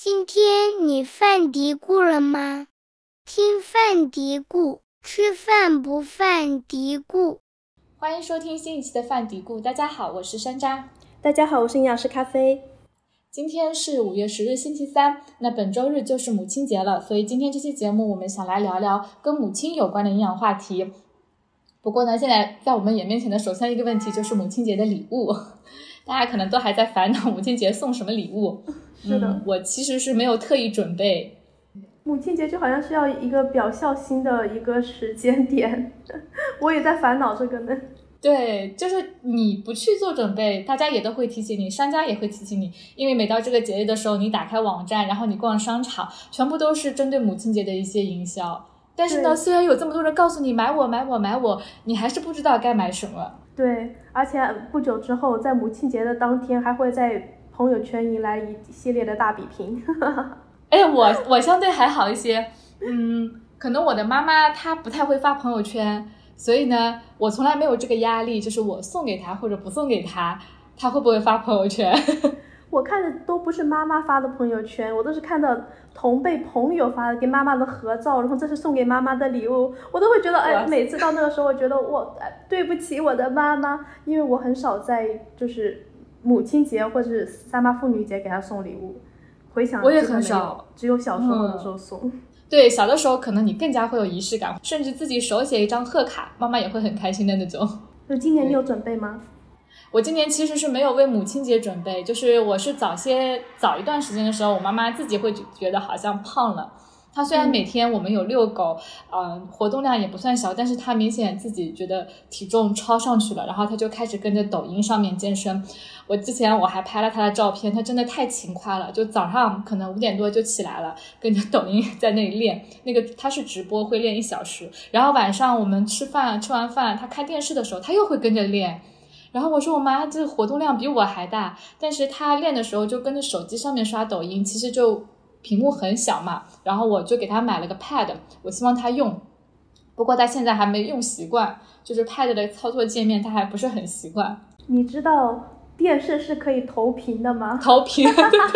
今天你犯嘀咕了吗？听饭嘀咕，吃饭不犯嘀咕。 欢迎收听新一期的饭嘀咕。大家好，我是山楂。 大家好，我是营养师咖啡。 今天是5月10日星期三，那本周日就是母亲节了，所以今天这期节目我们想来聊聊跟母亲有关的营养话题。不过呢，现在在我们眼面前的首先一个问题就是母亲节的礼物，大家可能都还在烦恼母亲节送什么礼物。 是的， 我其实是没有特意准备。 母亲节就好像是要一个表孝心的一个时间点，我也在烦恼这个呢。 对，就是你不去做准备，大家也都会提醒你，商家也会提醒你，因为每到这个节日的时候，你打开网站，然后你逛商场，全部都是针对母亲节的一些营销。但是呢，虽然有这么多人告诉你买我，你还是不知道该买什么。 对，而且不久之后，在母亲节的当天，还会在朋友圈迎来一系列的大比拼。 哎，我相对还好一些，可能我的妈妈她不太会发朋友圈，所以呢，我从来没有这个压力，就是我送给她或者不送给她，她会不会发朋友圈？ 我看的都不是妈妈发的朋友圈，我都是看到同辈朋友发的给妈妈的合照，然后这是送给妈妈的礼物，我都会觉得每次到那个时候，我觉得对不起我的妈妈，因为我很少在就是母亲节或者是三八妇女节给她送礼物。回想我也很少， 只有小时候的时候送。 对，小的时候可能你更加会有仪式感，甚至自己手写一张贺卡，妈妈也会很开心的那种。 就今年你有准备吗？ 我今年其实是没有为母亲节准备，就是我是早一段时间的时候，我妈妈自己会觉得好像胖了。她虽然每天我们有遛狗，活动量也不算小，但是她明显自己觉得体重超上去了，然后她就开始跟着抖音上面健身。之前我还拍了她的照片，她真的太勤快了，就早上可能5点多就起来了，跟着抖音在那里练。她是直播会练1小时，然后晚上我们吃完饭，她看电视的时候，她又会跟着练。然后我说我妈这个活动量比我还大，但是她练的时候就跟着手机上面刷抖音，其实就屏幕很小嘛，然后我就给她买了个 pad， 我希望她用，不过她现在还没用习惯，就是 pad 的操作界面她还不是很习惯。 你知道电视是可以投屏的吗？ 投屏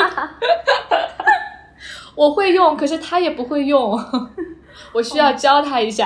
我会用，可是她也不会用，我需要教她一下。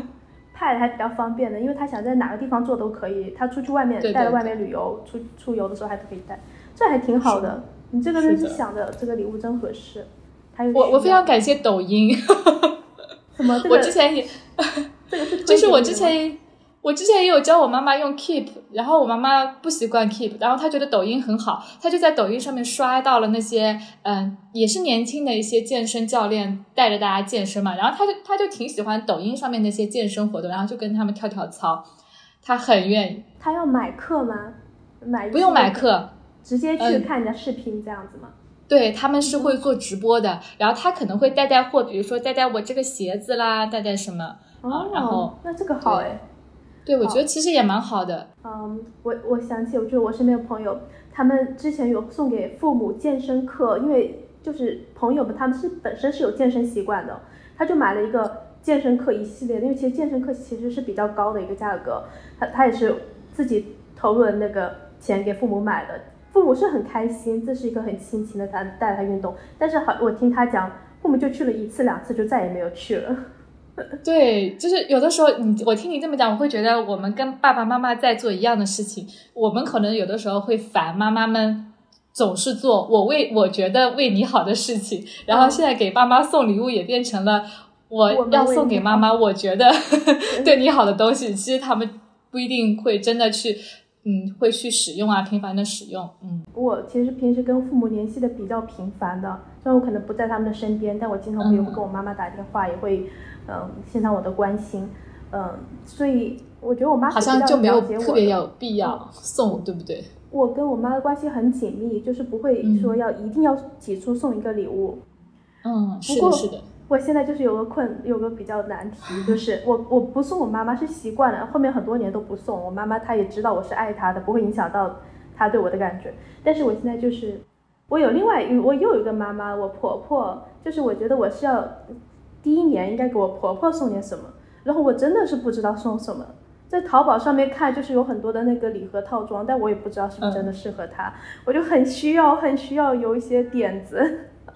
pad 还比较方便的，因为他想在哪个地方做都可以，他出去外面带到外面旅游，出游的时候还可以带，这还挺好的。你这个真是想的这个礼物真合适。 我非常感谢抖音。 什么？ 我之前也这个是就是我之前也有教我妈妈用 Keep， 然后我妈妈不习惯 Keep， 然后她觉得抖音很好，她就在抖音上面刷到了那些也是年轻的一些健身教练带着大家健身嘛，然后她就挺喜欢抖音上面那些健身活动，然后就跟他们跳操，她很愿意。 她要买课吗？ 不用买课， 直接去看人家视频这样子吗？ 对，他们是会做直播的，然后他可能会带货，比如说带我这个鞋子啦，带什么然后那这个好哎。 对，我觉得其实也蛮好的。 我想起，就是我身边的朋友，他们之前有送给父母健身课，因为就是朋友们他们本身是有健身习惯的，他就买了一个健身课一系列，因为其实健身课其实是比较高的一个价格，他也是自己投入了那个钱给父母买的，父母是很开心，这是一个很亲情的带他运动，但是我听他讲，父母就去了1次2次就再也没有去了。 对，就是有的时候我听你这么讲，我会觉得我们跟爸爸妈妈在做一样的事情，我们可能有的时候会烦妈妈们总是做我觉得为你好的事情，然后现在给爸妈送礼物也变成了我要送给妈妈我觉得对你好的东西，其实他们不一定会真的去会去使用啊，频繁的使用。 我其实平时跟父母联系的比较频繁的，虽然我可能不在他们的身边，但我经常会跟我妈妈打电话，也会献上我的关心，所以我觉得我妈好像就没有特别有必要送，对不对？ 我跟我妈的关系很紧密，就是不会说一定要挤出送一个礼物。 是的是的。 我现在就是有个比较难题，就是我不送我妈妈是习惯了，后面很多年都不送我妈妈，她也知道我是爱她的，不会影响到她对我的感觉。但是我现在就是我又有一个妈妈，我婆婆，就是我觉得我是要第1年应该给我婆婆送点什么，然后我真的是不知道送什么，在淘宝上面看就是有很多的那个礼盒套装，但我也不知道是不是真的适合她，我就很需要有一些点子。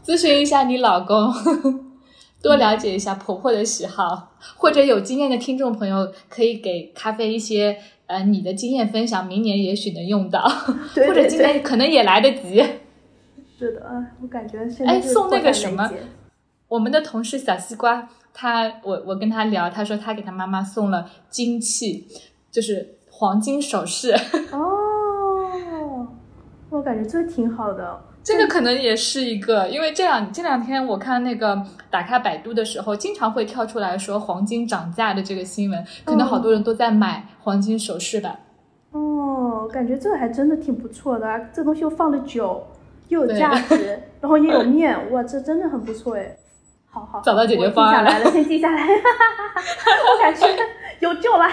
咨询一下你老公，多了解一下婆婆的喜好，或者有经验的听众朋友可以给咖啡一些你的经验分享，明年也许能用到， 对对对， 或者今年可能也来得及。 是的，我感觉现在送那个什么，我们的同事小西瓜，我跟他聊，他说他给他妈妈送了金器，就是黄金首饰。 哦，我感觉这挺好的。 这个可能也是一个，因为这两天我看那个打开百度的时候，经常会跳出来说黄金涨价的这个新闻，可能好多人都在买黄金首饰吧。 哦，感觉这个还真的挺不错的啊，这东西又放得久，又有价值，然后也有面，哇，这真的很不错哎。好， 找到解决方案了， 先记下来，我感觉有救了。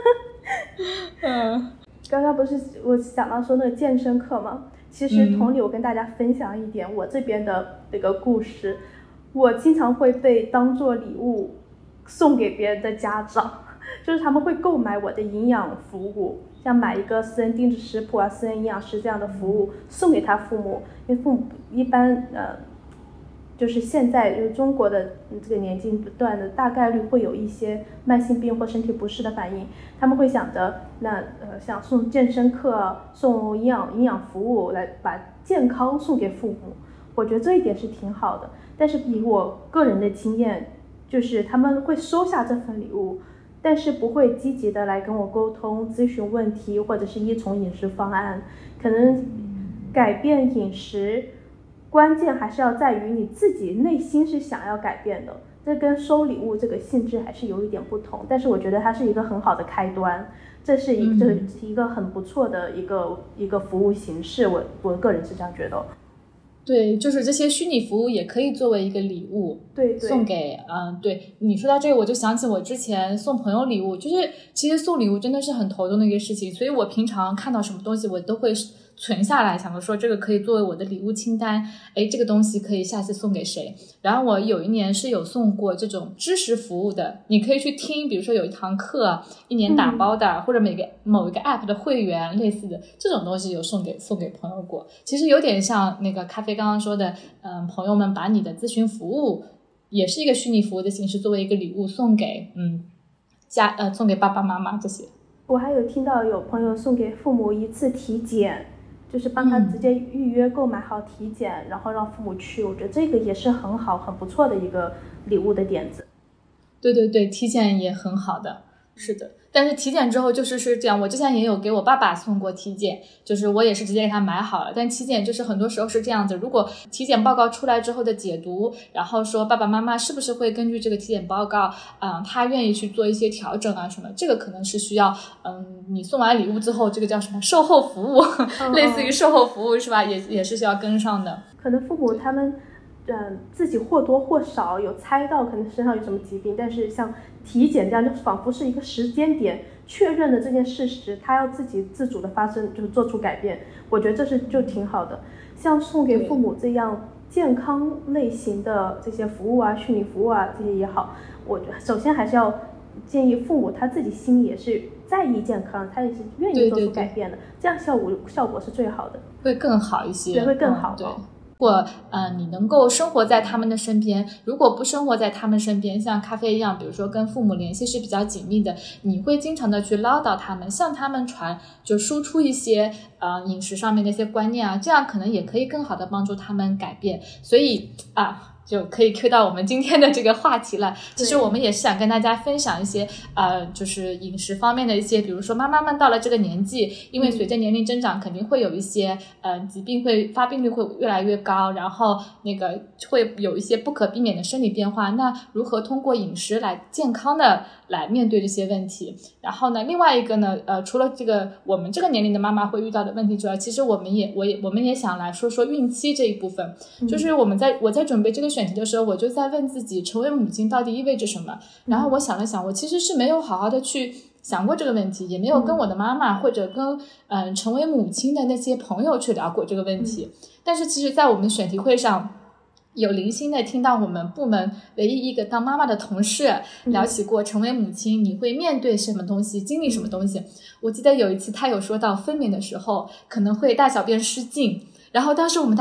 刚刚不是我讲到说那个健身课吗？其实同理，我跟大家分享一点我这边的那个故事。我经常会被当做礼物送给别人的家长，就是他们会购买我的营养服务，像买一个私人定制食谱啊、私人营养师这样的服务送给他父母，因为父母一般就是现在就是中国的这个年纪不断的，大概率会有一些慢性病或身体不适的反应，他们会想着像送健身课、送营养服务来把健康送给父母，我觉得这一点是挺好的。但是以我个人的经验，就是他们会收下这份礼物，但是不会积极的来跟我沟通、咨询问题，或者是依从饮食方案。可能改变饮食，关键还是要在于你自己内心是想要改变的，这跟收礼物这个性质还是有一点不同。但是我觉得它是一个很好的开端，这是一个很不错的一个服务形式，我个人是这样觉得。 对，就是这些虚拟服务也可以作为一个礼物， 对， 送给对，你说到这个，我就想起我之前送朋友礼物，就是其实送礼物真的是很头痛的一个事情，所以我平常看到什么东西我都会存下来，想着说这个可以作为我的礼物清单，这个东西可以下次送给谁。然后我有一年是有送过这种知识服务的，你可以去听，比如说有一堂课1年打包的，或者某一个 app 的会员类似的这种东西有送给朋友过。其实有点像那个咖啡刚刚说的，朋友们把你的咨询服务也是一个虚拟服务的形式作为一个礼物送给送给爸爸妈妈这些。 我还有听到有朋友送给父母一次体检，就是帮他直接预约购买好体检，然后让父母去，我觉得这个也是很好很不错的一个礼物的点子。 对对对，体检也很好的，是的。但是体检之后是这样，我之前也有给我爸爸送过体检，就是我也是直接给他买好了，但体检就是很多时候是这样子，如果体检报告出来之后的解读，然后说爸爸妈妈是不是会根据这个体检报告他愿意去做一些调整啊什么，这个可能是需要你送完礼物之后，这个叫什么售后服务类似于售后服务是吧，也是需要跟上的。 可能父母他们自己或多或少有猜到可能身上有什么疾病，但是像体检这样就仿佛是一个时间点确认的这件事实，他要自己自主的发生，就是做出改变，我觉得这就挺好的。像送给父母这样健康类型的这些服务啊、虚拟服务啊这些也好，我觉得首先还是要建议父母他自己心里也是在意健康，他也是愿意做出改变的，这样效果是最好的， 会更好一些。 对，会更好。 对。如果你能够生活在他们的身边，如果不生活在他们身边，像咖啡一样，比如说跟父母联系是比较紧密的，你会经常的去唠叨他们，向他们就输出一些饮食上面的一些观念啊，这样可能也可以更好的帮助他们改变。所以就可以 Q 到我们今天的这个话题了。其实我们也是想跟大家分享一些就是饮食方面的一些，比如说妈妈们到了这个年纪，因为随着年龄增长肯定会有一些疾病发病率会越来越高，然后那个会有一些不可避免的生理变化，那如何通过饮食来健康的来面对这些问题。然后呢，另外一个呢除了这个我们这个年龄的妈妈会遇到的问题之外，其实我们也想来说说孕期这一部分。就是我在准备这个选题的时候，我就在问自己成为母亲到底意味着什么。然后我想了想，我其实是没有好好的去想过这个问题，也没有跟我的妈妈或者跟成为母亲的那些朋友去聊过这个问题。但是其实在我们选题会上有零星的听到我们部门唯一一个当妈妈的同事聊起过成为母亲你会面对什么东西，经历什么东西。我记得有一次他有说到分娩的时候可能会大小便失禁，然后当时我们大家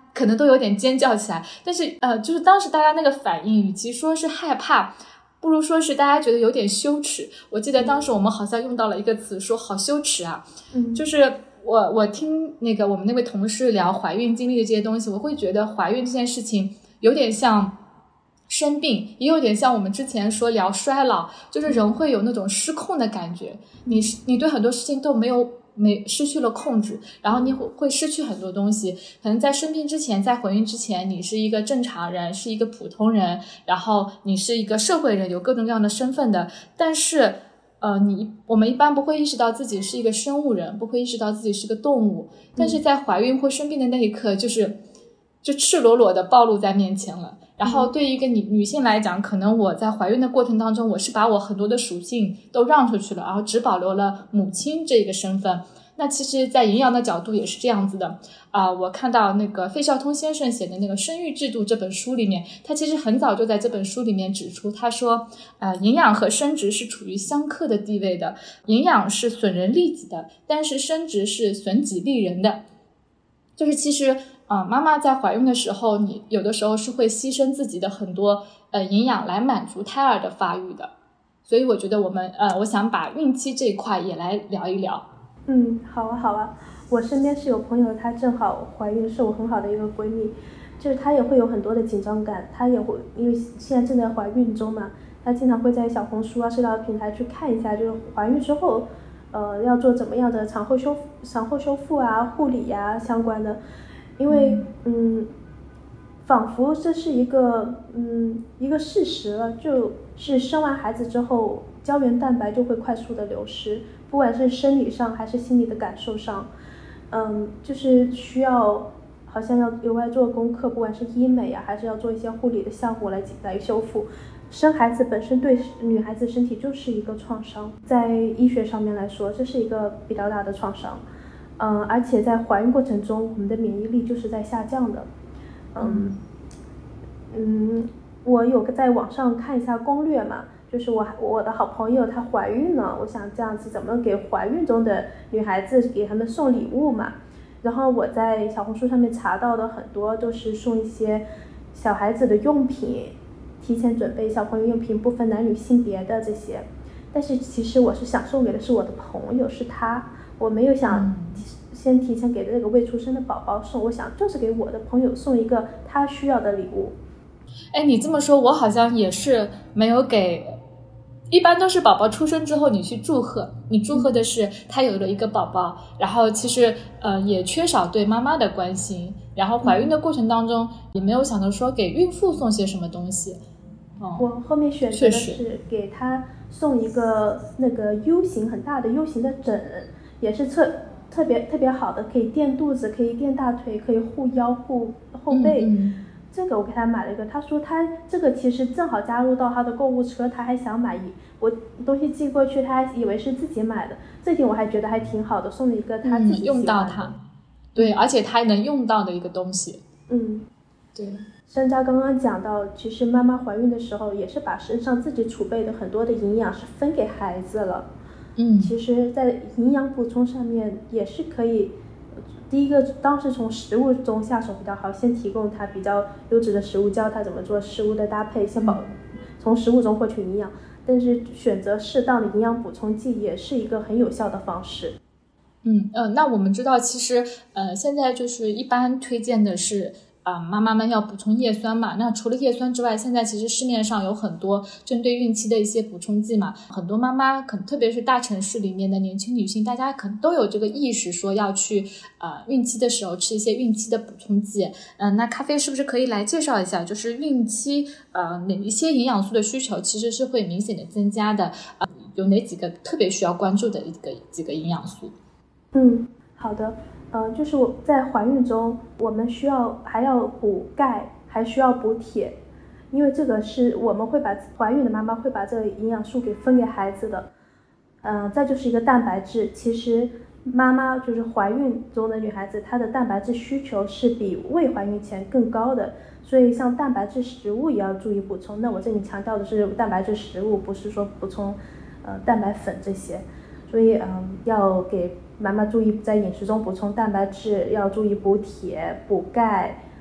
可能都有点尖叫起来。但是就是当时大家那个反应，与其说是害怕，不如说是大家觉得有点羞耻。我记得当时我们好像用到了一个词，说好羞耻啊。就是我听那个我们那位同事聊怀孕经历的这些东西，我会觉得怀孕这件事情有点像生病，也有点像我们之前说聊衰老，就是人会有那种失控的感觉，你对很多事情都失去了控制，然后你会失去很多东西。可能在生病之前，在怀孕之前，你是一个正常人，是一个普通人，然后你是一个社会人，有各种各样的身份的。但是我们一般不会意识到自己是一个生物人，不会意识到自己是个动物。但是在怀孕或生病的那一刻，就赤裸裸的暴露在面前了。然后对于一个女性来讲，可能我在怀孕的过程当中，我是把我很多的属性都让出去了，然后只保留了母亲这个身份。那其实在营养的角度也是这样子的我看到那个费孝通先生写的那个《生育制度》这本书里面，他其实很早就在这本书里面指出，他说营养和生殖是处于相克的地位的，营养是损人利己的，但是生殖是损己利人的。就是其实妈妈在怀孕的时候，你有的时候是会牺牲自己的很多营养来满足胎儿的发育的。所以我觉得我想把孕期这一块也来聊一聊。 好啊，我身边是有朋友，她正好怀孕，是我很好的一个闺蜜，就是她也会有很多的紧张感，她也会因为现在正在怀孕中嘛，她经常会在小红书社交平台去看一下，就是怀孕之后要做怎么样的产后修复护理相关的。因为仿佛这是一个事实了，就是生完孩子之后胶原蛋白就会快速的流失，不管是生理上还是心理的感受上，就是需要好像要额外做功课，不管是医美还是要做一些护理的项目来修复。生孩子本身对女孩子身体就是一个创伤，在医学上面来说，这是一个比较大的创伤。而且在怀孕过程中，我们的免疫力就是在下降的。我有在网上看一下攻略嘛，就是我的好朋友她怀孕了，我想这样子怎么给怀孕中的女孩子给她们送礼物嘛。然后我在小红书上面查到的很多都是送一些小孩子的用品，提前准备小朋友用品，不分男女性别的这些。但是其实我是想送给的是我的朋友，是他，我没有想先提前给那个未出生的宝宝送，我想就是给我的朋友送一个他需要的礼物。 你这么说，我好像也是没有给，一般都是宝宝出生之后你去祝贺，你祝贺的是他有了一个宝宝，然后其实也缺少对妈妈的关心，然后怀孕的过程当中也没有想到说给孕妇送些什么东西。 我后面选择的是给他送一个那个 U 型很大的 U 型的枕，也是特别好的，可以垫肚子，可以垫大腿，可以护腰护后背。这个我给他买了一个，他说他这个其实正好加入到他的购物车，他还想买我东西寄过去，他还以为是自己买的，这点我还觉得还挺好的，送了一个他自己喜欢的用到它，对，而且他能用到的一个东西。对。 商家刚刚讲到，其实妈妈怀孕的时候也是把身上自己储备的很多的营养是分给孩子了。其实在营养补充上面也是可以，第一个当时从食物中下手比较好，先提供他比较优质的食物，教他怎么做食物的搭配，先从食物中获取营养。但是选择适当的营养补充剂也是一个很有效的方式。 那我们知道其实现在就是一般推荐的是妈妈们要补充叶酸嘛，那除了叶酸之外，现在其实市面上有很多针对孕期的一些补充剂嘛，很多妈妈可能特别是大城市里面的年轻女性，大家可能都有这个意识，说要去孕期的时候吃一些孕期的补充剂。那咖啡是不是可以来介绍一下，就是孕期哪一些营养素的需求其实是会明显的增加的，有哪几个特别需要关注的几个营养素？ 好的。就是我在怀孕中，我们还要补钙，还需要补铁，因为这个是我们会把怀孕的妈妈会把这个营养素给分给孩子的。再就是一个蛋白质，其实妈妈就是怀孕中的女孩子，她的蛋白质需求是比未怀孕前更高的，所以像蛋白质食物也要注意补充。那我这里强调的是蛋白质食物，不是说补充蛋白粉这些。所以要给妈妈注意在饮食中补充蛋白质，要注意补铁、补钙、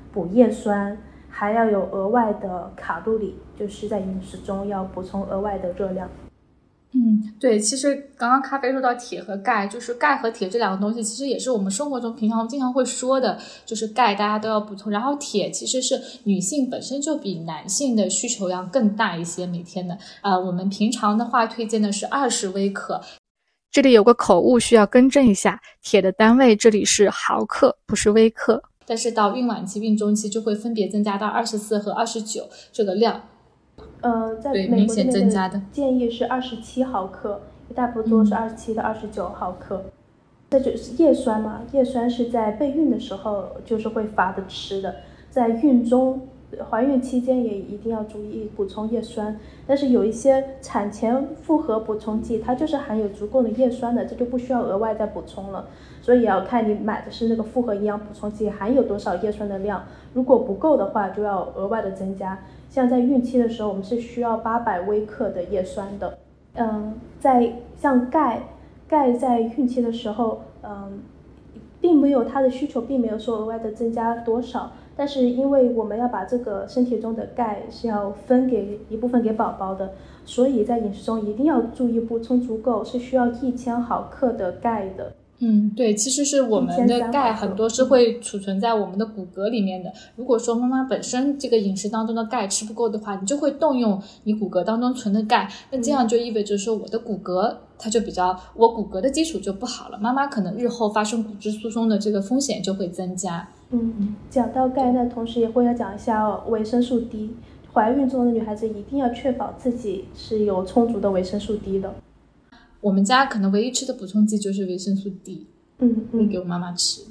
补叶酸，还要有额外的卡路里，就是在饮食中要补充额外的热量。 对，其实刚刚咖啡说到铁和钙，就是钙和铁这两个东西，其实也是我们生活中平常经常会说的，就是钙大家都要补充，然后铁其实是女性本身就比男性的需求量更大一些，每天的我们平常的话推荐的是20微克。这里有个口误需要更正一下，铁的单位这里是毫克，不是微克。但是到孕晚期、孕中期就会分别增加到24和29这个量。 在美国这边的建议是27毫克，大多是27到29毫克。这就是叶酸嘛，叶酸是在备孕的时候就是会罚的吃的，在孕中、怀孕期间也一定要注意补充叶酸。但是有一些产前复合补充剂，它就是含有足够的叶酸的，这就不需要额外再补充了。所以也要看你买的是那个复合营养补充剂含有多少叶酸的量，如果不够的话，就要额外的增加。像在孕期的时候，我们是需要800微克的叶酸的。像钙在孕期的时候，并没有它的需求，并没有说额外的增加多少。但是因为我们要把这个身体中的钙是要分给一部分给宝宝的，所以在饮食中一定要注意补充足够，是需要1000毫克的钙的。 对，其实是我们的钙很多是会储存在我们的骨骼里面的。如果说妈妈本身这个饮食当中的钙吃不够的话，你就会动用你骨骼当中存的钙，那这样就意味着说我的骨骼它就我骨骼的基础就不好了，妈妈可能日后发生骨质疏松的这个风险就会增加。 讲到钙呢，同时也会要讲一下维生素 D， 怀孕中的女孩子一定要确保自己是有充足的维生素 D 的。 我们家可能唯一吃的补充剂就是维生素 D， 会给我妈妈吃。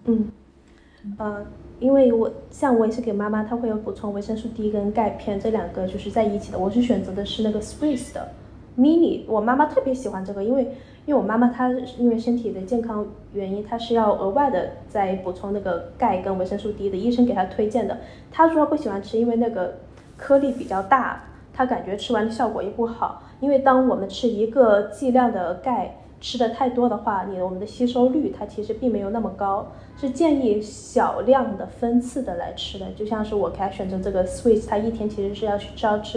因为我也是给妈妈，她会有补充维生素 D 跟钙片，这两个就是在一起的。我是选择的是那个 Swiss 的 Mini， 我妈妈特别喜欢这个，因为我妈妈她因为身体的健康原因，她是要额外的再补充那个钙跟维生素 D 的，医生给她推荐的。她说不喜欢吃，因为那个颗粒比较大，她感觉吃完的效果也不好。因为当我们吃一个剂量的钙吃的太多的话，我们的吸收率它其实并没有那么高，是建议小量的分次的来吃的。就像是我给他选择这个 Swiss， 它一天其实是要吃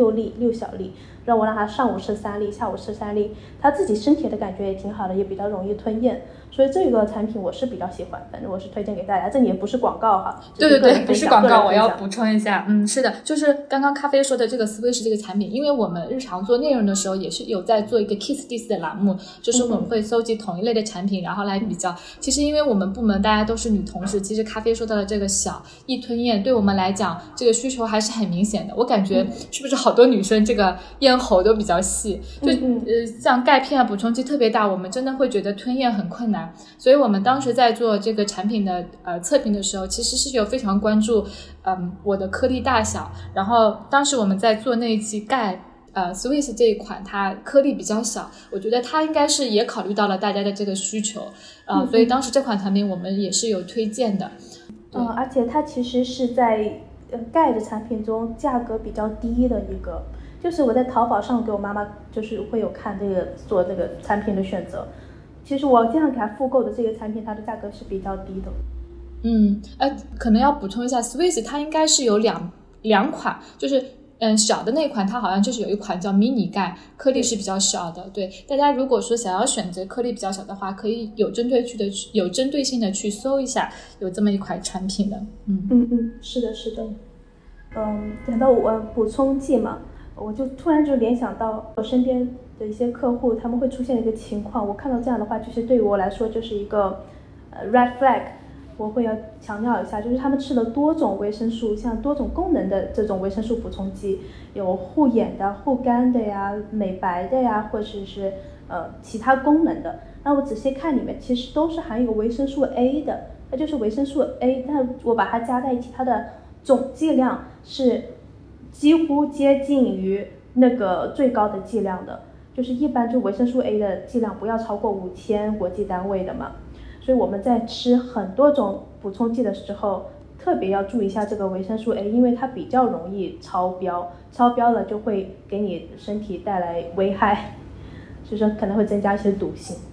6小粒，让他上午吃3粒，下午吃3粒，他自己身体的感觉也挺好的，也比较容易吞咽。所以这个产品我是比较喜欢，反正我是推荐给大家，这里也不是广告哈。 对，不是广告，我要补充一下，是的，就是刚刚咖啡说的这个 Swiss 这个产品，因为我们日常做内容的时候也是有在做一个 Kiss This 的栏目，就是我们会搜集同一类的产品，然后来比较。其实因为我们部门大家都是女同事，其实咖啡说到的这个小易吞咽，对我们来讲这个需求还是很明显的。我感觉是不是好多女生这个咽喉都比较细，就像钙片补充剂特别大，我们真的会觉得吞咽很困难。所以我们当时在做这个产品的测评的时候，其实是有非常关注我的颗粒大小。然后当时我们在做那一期钙Swiss 这一款，它颗粒比较小，我觉得它应该是也考虑到了大家的这个需求所以当时这款产品我们也是有推荐的。 而且它其实是在钙的产品中价格比较低的一个，就是我在淘宝上给我妈妈就是会有看这个做这个产品的选择。其实我经常给他复购的这个产品，它的价格是比较低的。 可能要补充一下 ，Swiss 它应该是有两款，就是小的那款它好像就是有一款叫迷你钙，颗粒是比较小的。对，大家如果说想要选择颗粒比较小的话，可以有针对性的去搜一下，有这么一款产品的。 是的。讲到我补充剂嘛，我就突然就联想到我身边的一些客户，他们会出现一个情况，我看到这样的话，其实对于我来说就是一个red flag， 我会要强调一下，就是他们吃了多种维生素，像多种功能的这种维生素补充剂，有护眼的、护肝的呀、美白的呀，或者是其他功能的。那我仔细看里面，其实都是含有维生素 A 的，它就是维生素 A， 但我把它加在一起，它的总剂量是几乎接近于那个最高的剂量的。就是一般就维生素 A 的剂量不要超过5000国际单位的嘛，所以我们在吃很多种补充剂的时候，特别要注意一下这个维生素 A， 因为它比较容易超标了就会给你身体带来危害，所以说可能会增加一些毒性。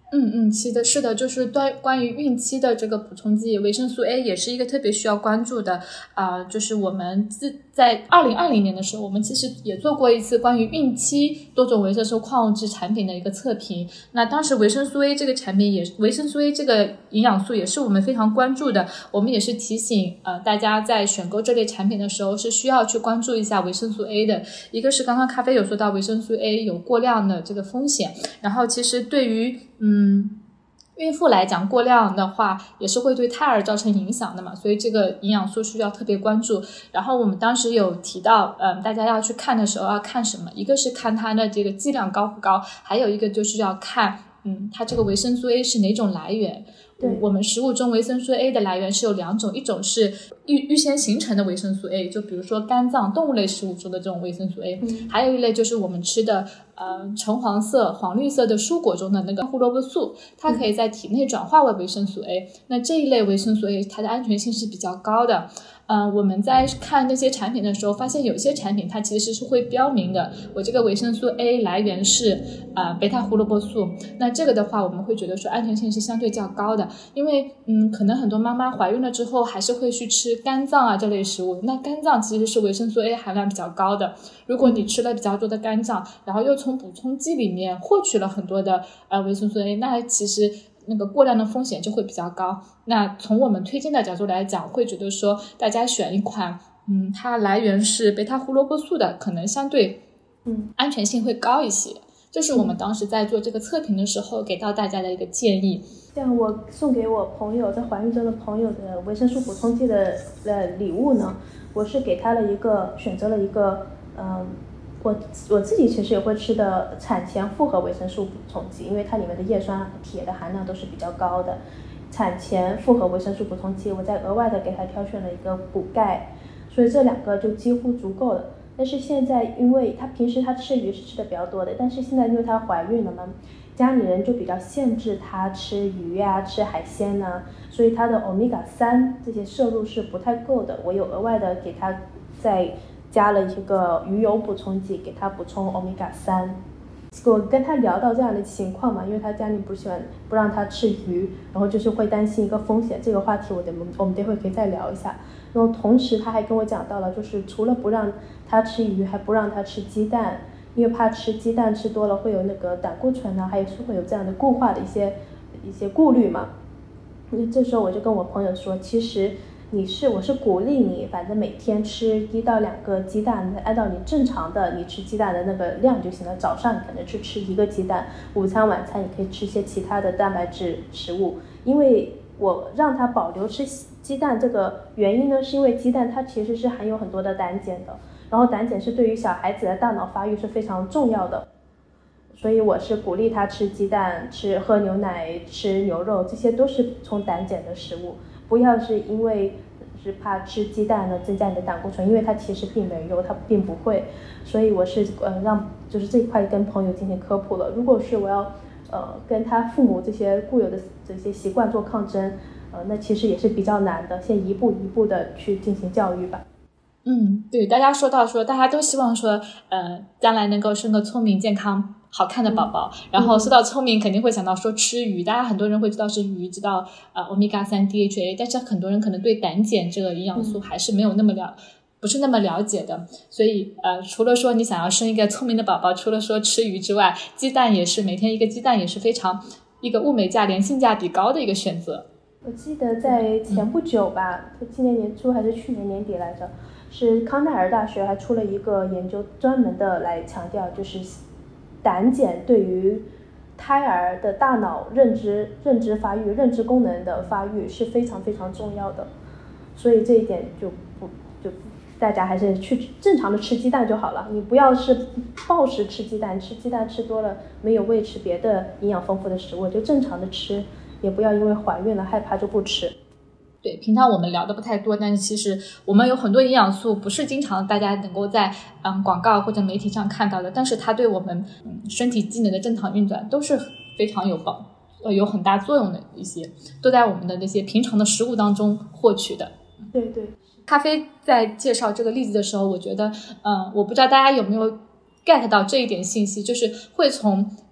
是的，就是关于孕期的这个补充剂，维生素 A 也是一个特别需要关注的。就是我们在2020年的时候，我们其实也做过一次关于孕期多种维生素矿物质产品的一个测评。那当时维生素 A 这个产品维生素 A 这个营养素也是我们非常关注的。我们也是提醒大家在选购这类产品的时候是需要去关注一下维生素 A 的。一个是刚刚咖啡有说到维生素 A 有过量的这个风险，然后其实对于孕妇来讲，过量的话也是会对胎儿造成影响的嘛，所以这个营养素需要特别关注。然后我们当时有提到，大家要去看的时候要看什么？一个是看它的这个剂量高不高，还有一个就是要看，它这个维生素 A 是哪种来源。我们食物中维生素 A 的来源是有2种，一种是预先形成的维生素 A， 就比如说肝脏动物类食物中的这种维生素 A，还有一类就是我们吃的橙黄色、黄绿色的蔬果中的那个胡萝卜素，它可以在体内转化为维生素 A。那这一类维生素 A 它的安全性是比较高的。我们在看那些产品的时候，发现有些产品它其实是会标明的，我这个维生素 A 来源是贝塔胡萝卜素。那这个的话，我们会觉得说安全性是相对较高的，因为可能很多妈妈怀孕了之后还是会去吃肝脏啊这类食物，那肝脏其实是维生素 A 含量比较高的。如果你吃了比较多的肝脏，然后又从补充剂里面获取了很多的维生素 A， 那其实那个过量的风险就会比较高。那从我们推荐的角度来讲，会觉得说大家选一款它来源是贝塔胡萝卜素的，可能相对安全性会高一些。这是我们当时在做这个测评的时候给到大家的一个建议。 像我送给我朋友在怀孕中的朋友的维生素补充剂的礼物呢，我是给他选择了一个我自己其实也会吃的产前复合维生素补充剂，因为它里面的叶酸、铁的含量都是比较高的。产前复合维生素补充剂，我再额外的给他挑选了一个补钙，所以这2个就几乎足够了。但是现在因为他平时他吃鱼是吃的比较多的，但是现在因为他怀孕了嘛，家里人就比较限制他吃鱼啊、吃海鲜呢，所以他的欧米伽3这些摄入是不太够的。我有额外的给他再加了一个鱼油补充剂，给他补充欧米伽3。我跟他聊到这样的情况嘛，因为他家里不让他吃鱼，然后就是会担心一个风险，这个话题我们待会可以再聊一下。然后同时他还跟我讲到了，就是除了不让他吃鱼，还不让他吃鸡蛋，因为怕吃鸡蛋吃多了会有那个胆固醇啊，还有是会有这样的固化的一些顾虑嘛。这时候我就跟我朋友说，其实我是鼓励你，反正每天吃1到2个鸡蛋，按照你正常的你吃鸡蛋的那个量就行了。早上你可能去吃1个鸡蛋，午餐晚餐你可以吃些其他的蛋白质食物。因为我让他保留吃鸡蛋这个原因呢，是因为鸡蛋它其实是含有很多的胆碱的，然后胆碱是对于小孩子的大脑发育是非常重要的，所以我是鼓励他吃鸡蛋、喝牛奶、吃牛肉，这些都是补充胆碱的食物。不要是因为是怕吃鸡蛋呢增加你的胆固醇，因为它其实并没有，它并不会。所以我是让就是这一块跟朋友进行科普了。如果是我要跟他父母这些固有的这些习惯做抗争，那其实也是比较难的，先一步一步的去进行教育吧。 对，大家说到说大家都希望说将来能够生个聪明健康好看的宝宝，然后说到聪明肯定会想到说吃鱼，大家很多人会知道是鱼，知道欧米伽3 DHA， 但是很多人可能对胆碱这个营养素还是没有不是那么了解的。所以除了说你想要生一个聪明的宝宝，除了说吃鱼之外，鸡蛋也是每天1个鸡蛋也是非常一个物美价廉性价比高的一个选择。 我记得在前不久吧，今年年初还是去年年底来着，是康奈尔大学还出了一个研究，专门的来强调，就是胆碱对于胎儿的大脑认知发育、认知功能的发育是非常非常重要的。所以这一点就大家还是去正常的吃鸡蛋就好了，你不要是暴食吃鸡蛋，吃鸡蛋吃多了没有喂吃别的营养丰富的食物，就正常的吃，也不要因为怀孕了害怕就不吃。 对，平常我们聊的不太多，但是其实我们有很多营养素不是经常大家能够在广告或者媒体上看到的，但是它对我们身体机能的正常运转都是非常有很大作用的一些，都在我们的那些平常的食物当中获取的。 对对。 咖啡在介绍这个例子的时候，我觉得我不知道大家有没有 get 到这一点信息，就是会从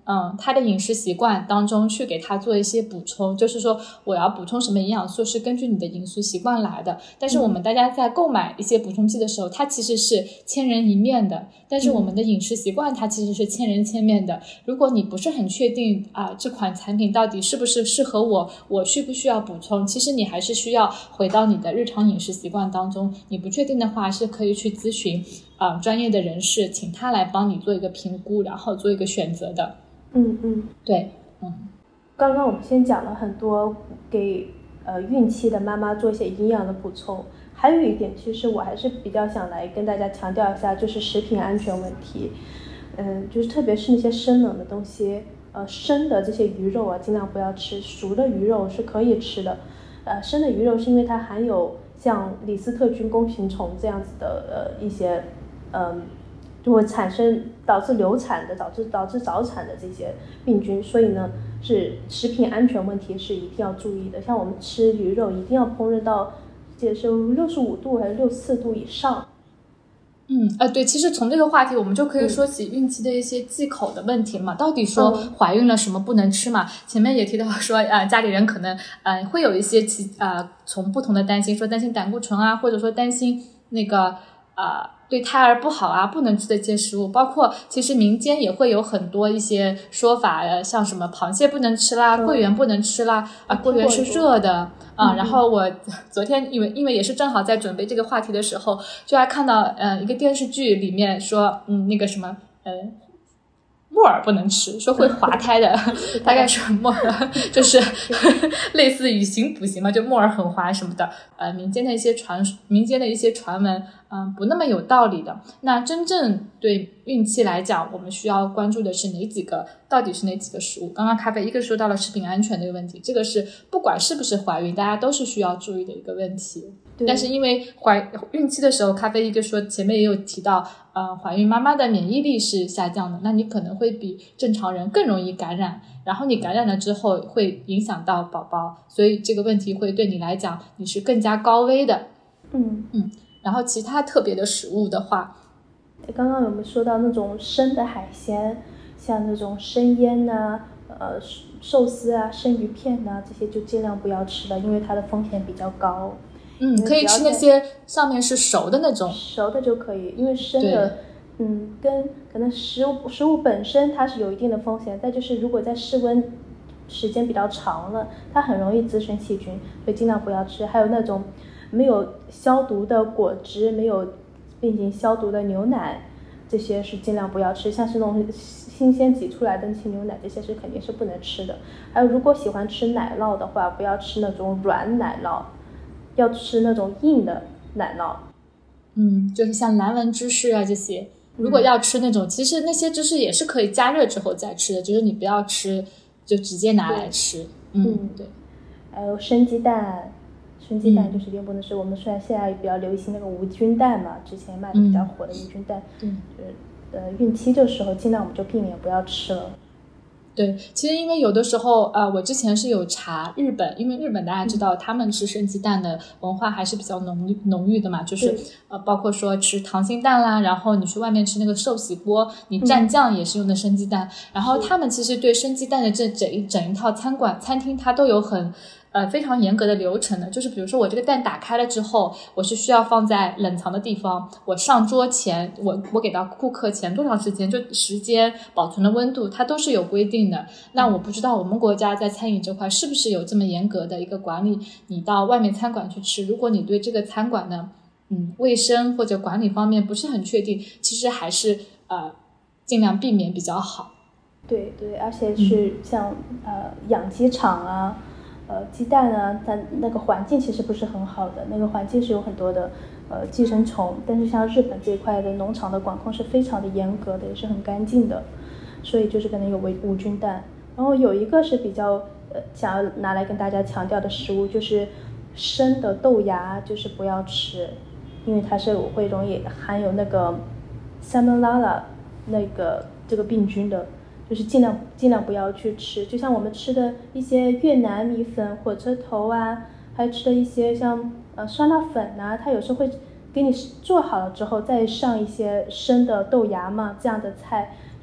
他的饮食习惯当中去给他做一些补充，就是说我要补充什么营养素是根据你的饮食习惯来的。但是我们大家在购买一些补充剂的时候，它其实是千人一面的，但是我们的饮食习惯它其实是千人千面的。如果你不是很确定这款产品到底是不是适合我需不需要补充，其实你还是需要回到你的日常饮食习惯当中，你不确定的话是可以去咨询专业的人士，请他来帮你做一个评估，然后做一个选择的。对， 刚刚我们先讲了很多给孕期的妈妈做一些营养的补充，还有一点其实我还是比较想来跟大家强调一下，就是食品安全问题。就是特别是那些生冷的东西，生的这些鱼肉啊尽量不要吃，熟的鱼肉是可以吃的。生的鱼肉是因为它含有像李斯特菌弓形虫这样子的一些就会导致流产的、导致早产的这些病菌，所以呢，是食品安全问题是一定要注意的。像我们吃鱼肉，一定要烹饪到，记得是65度还是64度以上。 对，其实从这个话题我们就可以说起孕期的一些忌口的问题嘛。到底说怀孕了什么不能吃嘛？前面也提到说家里人可能会有一些从不同的担心，说担心胆固醇啊，或者说担心那个对胎儿不好啊，不能吃的一些食物，包括其实民间也会有很多一些说法，像什么螃蟹不能吃啦，桂圆不能吃啦，桂圆是热的然后我昨天因为也是正好在准备这个话题的时候，就还看到一个电视剧里面说那个什么木耳不能吃，说会滑胎的大概是木耳就是类似于行补行嘛，就木耳很滑什么的民间的一些传闻不那么有道理的。那真正对孕期来讲，我们需要关注的是到底是哪几个食物。刚刚咖啡一个说到了食品安全的一个问题，这个是不管是不是怀孕大家都是需要注意的一个问题。但是因为孕期的时候，咖啡一个说前面也有提到怀孕妈妈的免疫力是下降的，那你可能会比正常人更容易感染，然后你感染了之后会影响到宝宝，所以这个问题会对你来讲你是更加高危的。然后其他特别的食物的话， 刚刚有没有说到那种生的海鲜，像那种生腌寿司啊、生鱼片这些就尽量不要吃了，因为它的风险比较高。 可以吃那些上面是熟的那种， 熟的就可以，因为生的跟可能食物本身它是有一定的风险，再就是如果在室温时间比较长了，它很容易滋生细菌，所以尽量不要吃。还有那种没有消毒的果汁，没有并行消毒的牛奶，这些是尽量不要吃。像是那种新鲜挤出来的那些牛奶，这些是肯定是不能吃的。还有如果喜欢吃奶酪的话，不要吃那种软奶酪，要吃那种硬的奶酪。 就是像蓝纹芝士啊这些，如果要吃那种其实那些芝士也是可以加热之后再吃的，就是你不要吃就直接拿来吃。对。 还有生鸡蛋就是一定不能吃。我们虽然现在比较流行那个无菌蛋嘛，之前卖的比较火的无菌蛋，就是孕期的时候尽量我们就避免不要吃了。 对，其实因为有的时候我之前是有查日本，因为日本大家知道他们吃生鸡蛋的文化还是比较浓郁的嘛，就是包括说吃溏心蛋啦，然后你去外面吃那个寿喜锅，你蘸酱也是用的生鸡蛋，然后他们其实对生鸡蛋的整一套餐厅它都有非常严格的流程的，就是比如说我这个蛋打开了之后，我是需要放在冷藏的地方，我上桌前我给到顾客前多长时间，就时间保存的温度它都是有规定的。那我不知道我们国家在餐饮这块是不是有这么严格的一个管理，你到外面餐馆去吃，如果你对这个餐馆的卫生或者管理方面不是很确定，其实还是尽量避免比较好。 对，而且是像养鸡场啊鸡蛋啊，它那个环境其实不是很好的，那个环境是有很多的寄生虫，但是像日本这一块的农场的管控是非常的严格的，也是很干净的，所以就是可能有无菌蛋。然后有一个是比较想要拿来跟大家强调的食物，就是生的豆芽就是不要吃，因为它是会容易含有那个 Salmonella 这个病菌的，就是尽量不要去吃。就像我们吃的一些越南米粉、火车头啊，还有吃的一些像酸辣粉啊，它有时候会给你做好了之后再上一些生的豆芽嘛，这样的菜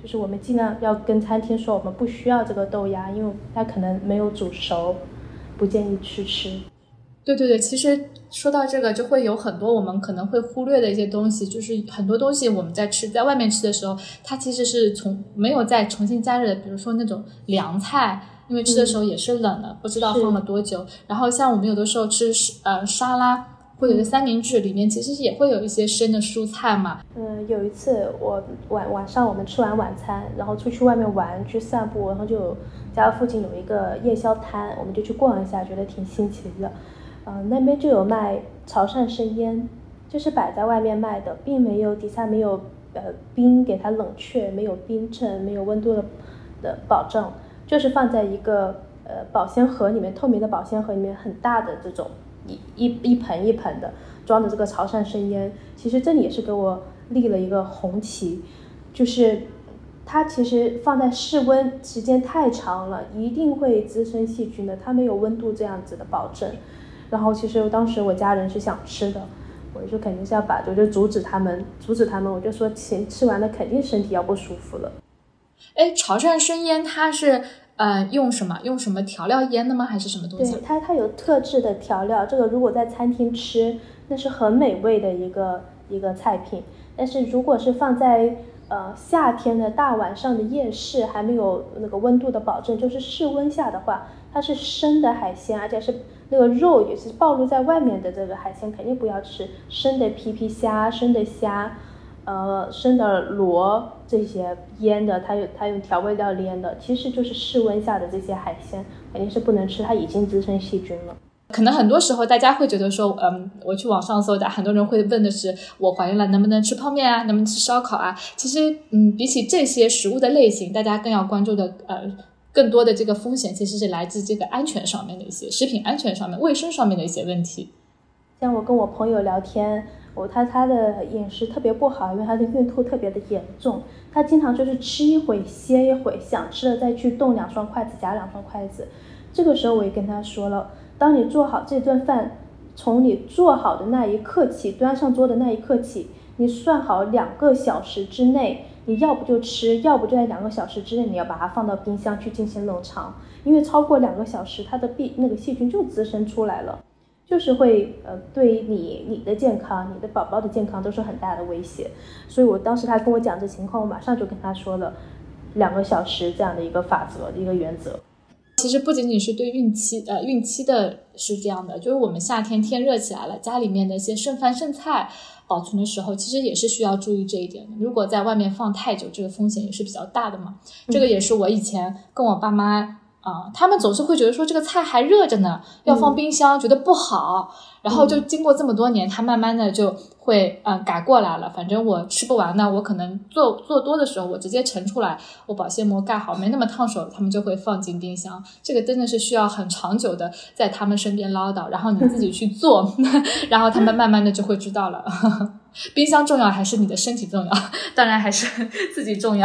就是我们尽量要跟餐厅说我们不需要这个豆芽，因为它可能没有煮熟，不建议去吃。 对对对，其实说到这个，就会有很多我们可能会忽略的一些东西，就是很多东西我们在外面吃的时候，它其实是没有再重新加热的，比如说那种凉菜，因为吃的时候也是冷的，不知道放了多久。然后像我们有的时候吃沙拉或者是三明治，里面其实也会有一些生的蔬菜嘛。 有一次我晚上我们吃完晚餐，然后出去外面玩去散步，然后就家附近有一个夜宵摊，我们就去逛一下，觉得挺新奇的。那边就有卖潮汕生腌，就是摆在外面卖的，并没有底下没有冰给它冷却，没有冰镇，没有温度的保证，就是放在一个保鲜盒里面，透明的保鲜盒里面，很大的这种一盆一盆的装的这个潮汕生腌。其实这里也是给我立了一个红旗，就是它其实放在室温时间太长了，一定会滋生细菌的，它没有温度这样子的保证。然后其实当时我家人是想吃的，我就肯定是要我就阻止他们，我就说吃完了肯定身体要不舒服了。 潮汕生腌它是用什么调料腌的吗？还是什么东西？ 对，它有特制的调料，这个如果在餐厅吃，那是很美味的一个菜品。但是如果是放在夏天的大晚上的夜市，还没有那个温度的保证，就是室温下的话，它是生的海鲜，而且是那个肉也是暴露在外面的，这个海鲜肯定不要吃。生的皮皮虾、生的虾，生的螺这些腌的，它用调味料腌的，其实就是室温下的这些海鲜肯定是不能吃，它已经滋生细菌了。 可能很多时候大家会觉得说，我去网上搜的，很多人会问的是，我怀孕了能不能吃泡面啊，能不能吃烧烤啊？其实，比起这些食物的类型，大家更要关注的，更多的这个风险其实是来自这个安全上面的一些食品安全上面、卫生上面的一些问题。 像我跟我朋友聊天，他的饮食特别不好，因为他的孕吐特别的严重，他经常就是吃一会歇一会，想吃了再去动2双筷子夹2双筷子。这个时候我也跟他说了，当你做好这顿饭，从你做好的那一刻起，端上桌的那一刻起，你算好2个小时之内，你要不就吃，要不就在2个小时之内你要把它放到冰箱去进行冷藏，因为超过2个小时它的那个细菌就滋生出来了，就是会对你的健康、你的宝宝的健康都是很大的威胁。所以我当时他跟我讲这情况，我马上就跟他说了2个小时这样的一个法则、一个原则。 其实不仅仅是对孕期的是这样的，就是我们夏天天热起来了，家里面的一些剩饭剩菜保存的时候，其实也是需要注意这一点的。如果在外面放太久，这个风险也是比较大的嘛。这个也是我以前跟我爸妈他们总是会觉得说这个菜还热着呢，要放冰箱，觉得不好。然后就经过这么多年，他慢慢的就会改过来了。反正我吃不完呢，我可能做多的时候，我直接盛出来，我保鲜膜盖好，没那么烫手，他们就会放进冰箱。这个真的是需要很长久的在他们身边唠叨，然后你自己去做，然后他们慢慢的就会知道了。冰箱重要还是你的身体重要？当然还是自己重要。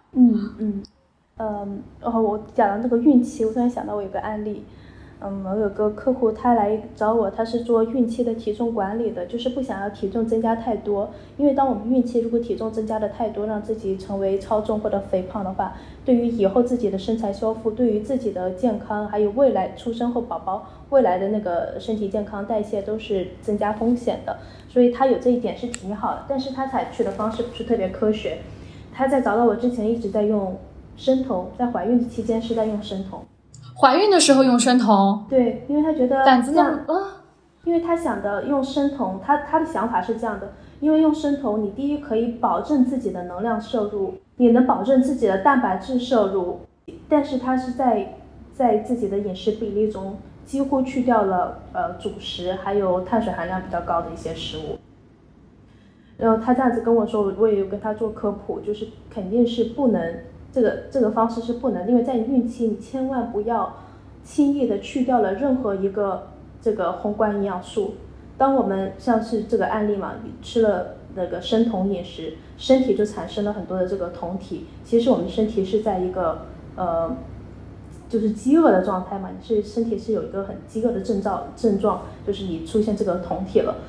然后我讲到这个孕期，我突然想到我有个案例。我有个客户，他来找我，他是做孕期的体重管理的，就是不想要体重增加太多，因为当我们孕期如果体重增加的太多，让自己成为超重或者肥胖的话，对于以后自己的身材修复，对于自己的健康，还有未来出生后宝宝未来的那个身体健康代谢都是增加风险的。所以他有这一点是挺好的，但是他采取的方式不是特别科学。他在找到我之前一直在用生酮，在怀孕期间是在用生酮。 怀孕的时候用生酮？ 对，因为他觉得胆子那么因为他想的用生酮，他的想法是这样的，因为用生酮，你第一可以保证自己的能量摄入，也能保证自己的蛋白质摄入，但是他是在自己的饮食比例中几乎去掉了主食还有碳水含量比较高的一些食物。然后他这样子跟我说，我也有跟他做科普，就是肯定是不能这个方式是不能，因为在孕期你千万不要轻易的去掉了任何一个这个宏观营养素。当我们像是这个案例嘛，吃了那个生酮饮食，身体就产生了很多的这个酮体，其实我们身体是在一个就是饥饿的状态嘛，你是身体是有一个很饥饿的症状，就是你出现这个酮体了。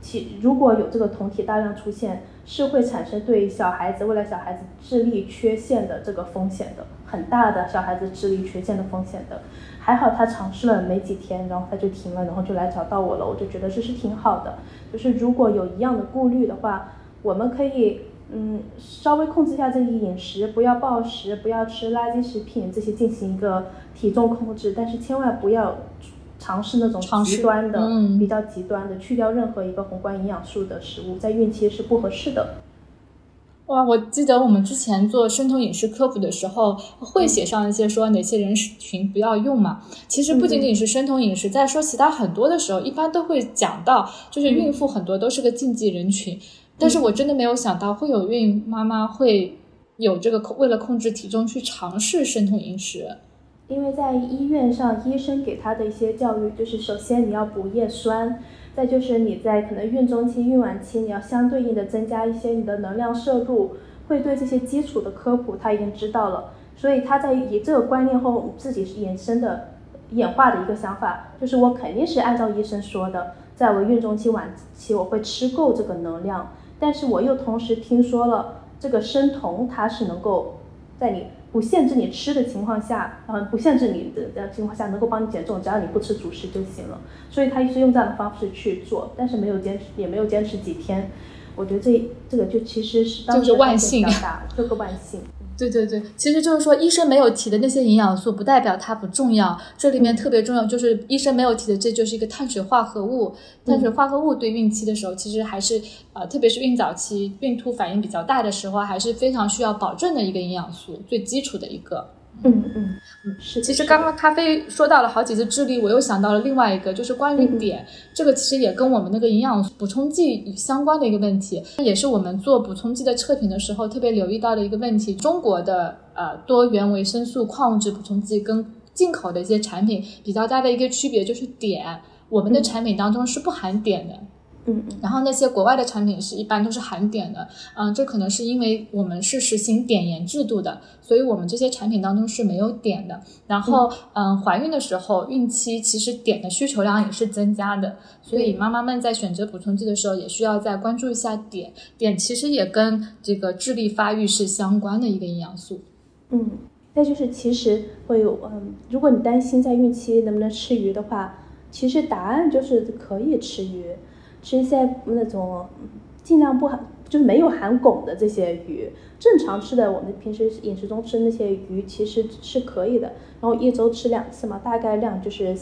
如果有这个酮体大量出现，是会产生对未来小孩子智力缺陷的这个风险的，很大的小孩子智力缺陷的风险的。还好他尝试了没几天，然后他就停了，然后就来找到我了，我就觉得这是挺好的。就是如果有一样的顾虑的话，我们可以稍微控制一下这个饮食，不要暴食，不要吃垃圾食品，这些进行一个体重控制，但是千万不要尝试那种极端的、比较极端的，去掉任何一个宏观营养素的食物，在孕期是不合适的。 哇，我记得我们之前做生酮饮食科普的时候，会写上一些说哪些人群不要用嘛。其实不仅仅是生酮饮食，在说其他很多的时候，一般都会讲到，就是孕妇很多都是个禁忌人群。但是我真的没有想到会有孕妈妈会有这个为了控制体重去尝试生酮饮食。 因为在医院上，医生给他的一些教育就是，首先你要补叶酸，再就是你在可能孕中期、孕晚期，你要相对应的增加一些你的能量摄入，会对这些基础的科普他已经知道了。所以他在以这个观念后自己是演化的一个想法，就是我肯定是按照医生说的，在我孕中期、晚期我会吃够这个能量，但是我又同时听说了这个生酮它是能够在你不限制你吃的情况下，不限制你的情况下能够帮你减重，只要你不吃主食就行了。所以他一直用这样的方式去做，但是也没有坚持几天。我觉得这个就其实是当时万幸， 比较大，这个万幸。 对对对，其实就是说医生没有提的那些营养素不代表它不重要，这里面特别重要就是医生没有提的，这就是一个碳水化合物。碳水化合物对孕期的时候其实还是特别是孕早期孕吐反应比较大的时候，还是非常需要保证的一个营养素，最基础的一个。 是。 其实刚刚咖啡说到了好几次智力，我又想到了另外一个，就是关于碘，这个其实也跟我们那个营养补充剂相关的一个问题，也是我们做补充剂的测评的时候特别留意到的一个问题。中国的多元维生素矿物质补充剂跟进口的一些产品比较大的一个区别就是碘，我们的产品当中是不含碘的。然后那些国外的产品是一般都是含碘的，这可能是因为我们是实行碘盐制度的，所以我们这些产品当中是没有碘的。然后怀孕的时候孕期其实碘的需求量也是增加的，所以妈妈们在选择补充剂的时候也需要再关注一下碘。碘其实也跟这个智力发育是相关的一个营养素。 再就是其实会有如果你担心在孕期能不能吃鱼的话，其实答案就是可以吃鱼，吃一些那种尽量就是没有含汞的这些鱼，正常吃的我们平时饮食中吃那些鱼其实是可以的。然后一周吃2次嘛，大概量就是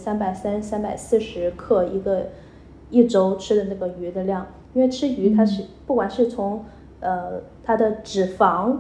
330、340克一周吃的那个鱼的量。因为吃鱼它是不管是从它的脂肪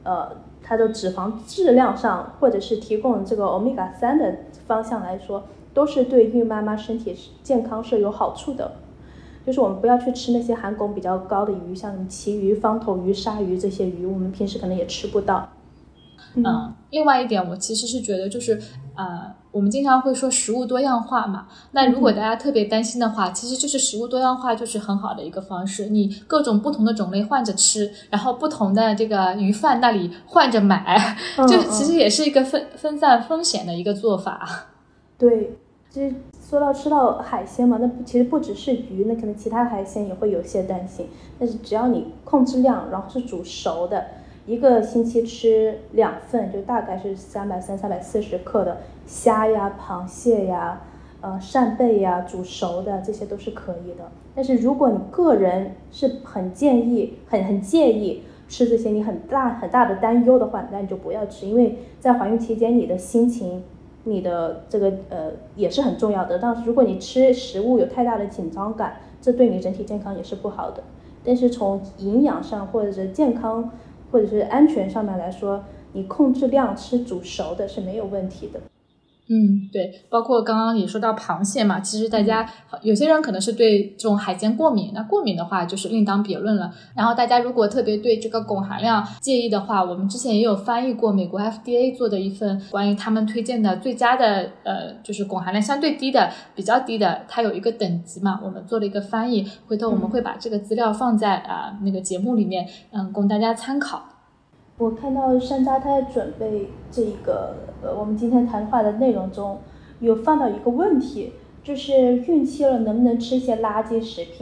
质量上，或者是提供这个欧米伽3的方向来说，都是对孕妈妈身体健康是有好处的。就是我们不要去吃那些含汞比较高的鱼，像什么旗鱼、方头鱼、鲨鱼这些鱼，我们平时可能也吃不到。 另外一点我其实是觉得就是我们经常会说食物多样化嘛，那如果大家特别担心的话，其实就是食物多样化就是很好的一个方式，你各种不同的种类换着吃，然后不同的这个鱼贩那里换着买，就是其实也是一个分散风险的一个做法。 对，其实吃到海鲜嘛，那其实不只是鱼，那可能其他海鲜也会有些担心，但是只要你控制量，然后是煮熟的，一个星期吃2份，就大概是330、340克的虾呀、螃蟹呀、扇贝呀，煮熟的这些都是可以的。但是如果你个人是很介意吃这些，你很大的担忧的话，那你就不要吃，因为在怀孕期间你的心情，你的这个也是很重要的。但是如果你吃食物有太大的紧张感，这对你整体健康也是不好的。但是从营养上或者是健康或者是安全上面来说，你控制量吃煮熟的是没有问题的。 对，包括刚刚也说到螃蟹嘛，其实大家有些人可能是对这种海鲜过敏，那过敏的话就是另当别论了。然后大家如果特别对这个汞含量介意的话，我们之前也有翻译过美国 FDA 做的一份关于他们推荐的最佳的就是汞含量相对低的比较低的，它有一个等级嘛，我们做了一个翻译，回头我们会把这个资料放在那个节目里面供大家参考。 我看到山楂他在准备这个我们今天谈话的内容中有放到一个问题，就是孕期了能不能吃一些垃圾食品。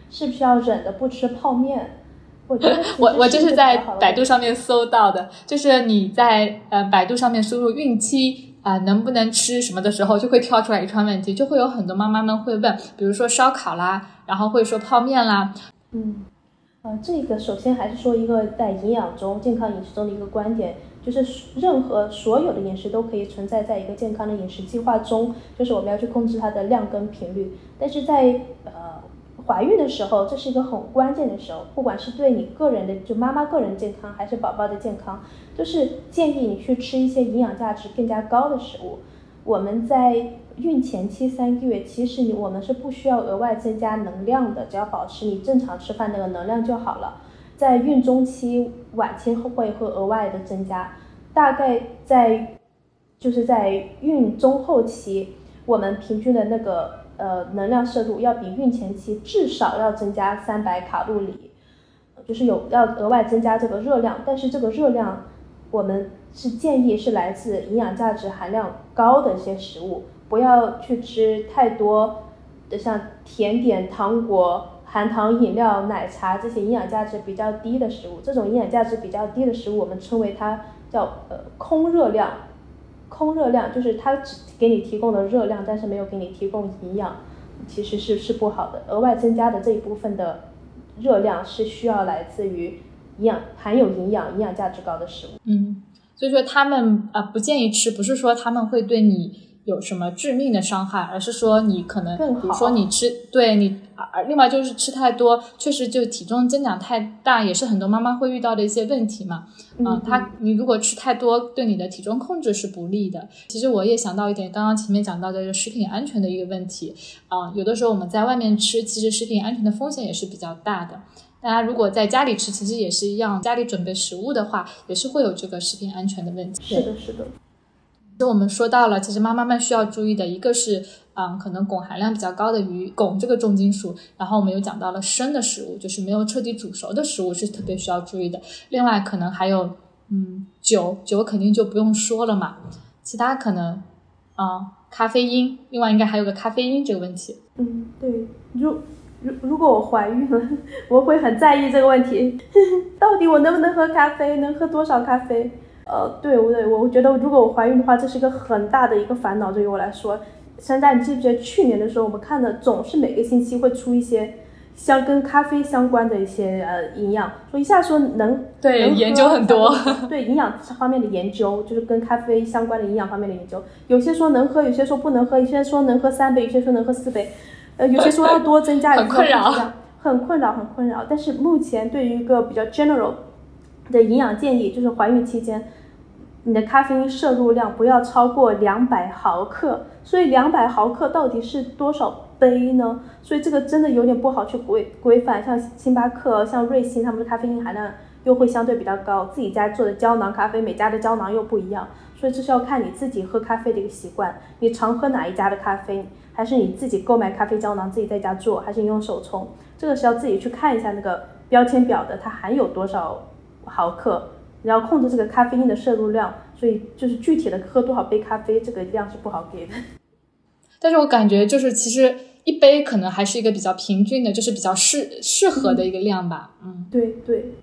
是不是要忍着不吃泡面？我觉得我这是在百度上面搜到的，就是你在百度上面输入孕期能不能吃什么的时候，就会跳出来一串问题，就会有很多妈妈们会问，比如说烧烤啦，然后会说泡面啦。 这个首先还是说一个在营养中、健康饮食中的一个观点，就是所有的饮食都可以存在在一个健康的饮食计划中，就是我们要去控制它的量跟频率。但是在怀孕的时候，这是一个很关键的时候，不管是对你个人的，就妈妈个人健康，还是宝宝的健康，就是建议你去吃一些营养价值更加高的食物。我们在孕前期3个月，其实我们是不需要额外增加能量的，只要保持你正常吃饭那个能量就好了。在孕中期、晚期会额外的增加，大概在孕中后期，我们平均的那个能量摄入要比孕前期至少要增加300卡路里，就是要额外增加这个热量，但是这个热量我们是建议是来自营养价值含量高的一些食物，不要去吃太多的像甜点、糖果、含糖饮料、奶茶这些营养价值比较低的食物。这种营养价值比较低的食物，我们称为它叫空热量。空热量就是它只给你提供了热量，但是没有给你提供营养，其实是不好的。额外增加的这一部分的热量是需要来自于含有营养价值高的食物。 所以说他们不建议吃，不是说他们会对你有什么致命的伤害，而是说你可能比如说你吃对你另外就是吃太多，确实就体重增长太大，也是很多妈妈会遇到的一些问题嘛。你如果吃太多，对你的体重控制是不利的。其实我也想到一点，刚刚前面讲到的就是食品安全的一个问题有的时候我们在外面吃，其实食品安全的风险也是比较大的。大家如果在家里吃，其实也是一样，家里准备食物的话，也是会有这个食品安全的问题。 是的，是的。 我们说到了，其实妈妈们需要注意的一个是，可能汞含量比较高的鱼，汞这个重金属。然后我们又讲到了生的食物，就是没有彻底煮熟的食物是特别需要注意的。另外可能还有，酒肯定就不用说了嘛。其他可能，咖啡因，另外应该还有个咖啡因这个问题。 对，如果我怀孕了，我会很在意这个问题，到底我能不能喝咖啡，能喝多少咖啡？对，我觉得如果我怀孕的话，这是一个很大的一个烦恼，对于我来说。现在你记不记得去年的时候，我们看的总是每个星期会出一些跟咖啡相关的一些营养，说一下说能研究很多， 对营养方面的研究，就是跟咖啡相关的营养方面的研究，有些说能喝，有些说不能喝，有些说能喝3杯，有些说能喝4杯，有些说要多增加， 很困扰， 很困扰。但是目前对于一个比较 general 的营养建议，就是怀孕期间你的咖啡因摄入量不要超过200毫克，所以200毫克到底是多少杯呢？所以这个真的有点不好去规范，像星巴克、像瑞幸他们的咖啡因含量又会相对比较高，自己家做的胶囊咖啡，每家的胶囊又不一样，所以这是要看你自己喝咖啡的一个习惯，你常喝哪一家的咖啡，还是你自己购买咖啡胶囊自己在家做，还是你用手冲，这个是要自己去看一下那个标签表的，它含有多少毫克，你要控制这个咖啡因的摄入量，所以就是具体的喝多少杯咖啡，这个量是不好给的。 但是我感觉就是其实1杯可能还是一个比较平均的，就是比较适合的一个量吧。 对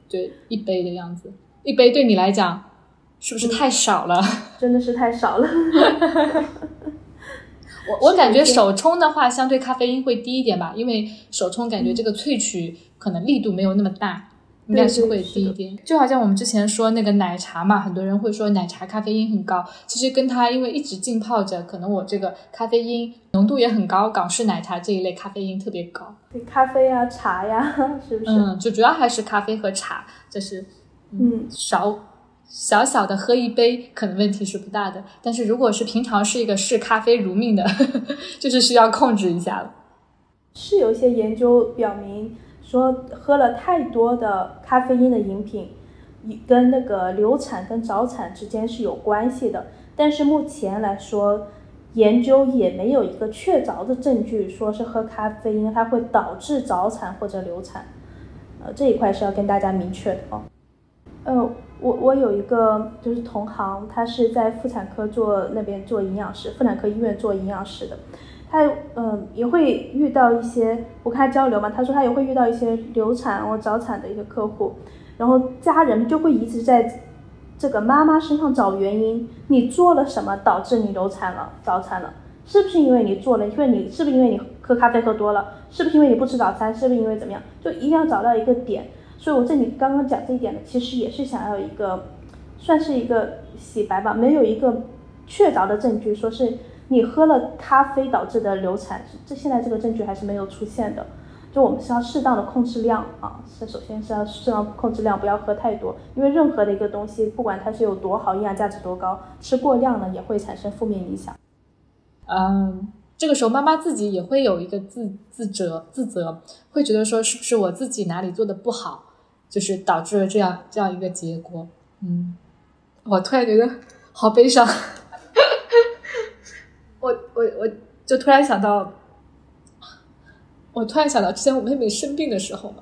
，1杯的样子。1杯对你来讲是不是太少了？ 真的是太少了。 我感觉手冲的话相对咖啡因会低一点吧，因为手冲感觉这个萃取可能力度没有那么大，应该是会低一点。就好像我们之前说那个奶茶嘛，很多人会说奶茶咖啡因很高，其实跟它因为一直浸泡着，可能我这个咖啡因浓度也很高，港式奶茶这一类咖啡因特别高。 对，咖啡啊茶呀，是不是？ 就主要还是咖啡和茶，就是小小的喝1杯可能问题是不大的，但是如果是平常是一个视咖啡如命的就是需要控制一下了。 是有一些研究表明说喝了太多的咖啡因的饮品跟那个流产跟早产之间是有关系的，但是目前来说研究也没有一个确凿的证据说是喝咖啡因它会导致早产或者流产，这一块是要跟大家明确的我有一个就是同行，他是在妇产科那边做营养师，妇产科医院做营养师的， 她也会遇到一些，我跟她交流嘛，她说她也会遇到一些流产或早产的一个客户，然后家人就会一直在这个妈妈身上找原因，你做了什么导致你流产了、早产了？是不是因为你做了？是不是因为你喝咖啡喝多了？是不是因为你不吃早餐？是不是因为怎么样？就一定要找到一个点。所以我这里刚刚讲这一点呢，其实也是想要一个，算是一个洗白吧，没有一个确凿的证据说是你喝了咖啡导致的流产，现在这个证据还是没有出现的。就我们是要适当的控制量啊，首先是要适当控制量，不要喝太多，因为任何的一个东西，不管它是有多好，营养价值多高，吃过量呢也会产生负面影响。 这个时候妈妈自己也会有一个自责，会觉得说是不是我自己哪里做的不好，就是导致了这样一个结果。我突然觉得好悲伤。我就突然想到之前我妹妹生病的时候嘛，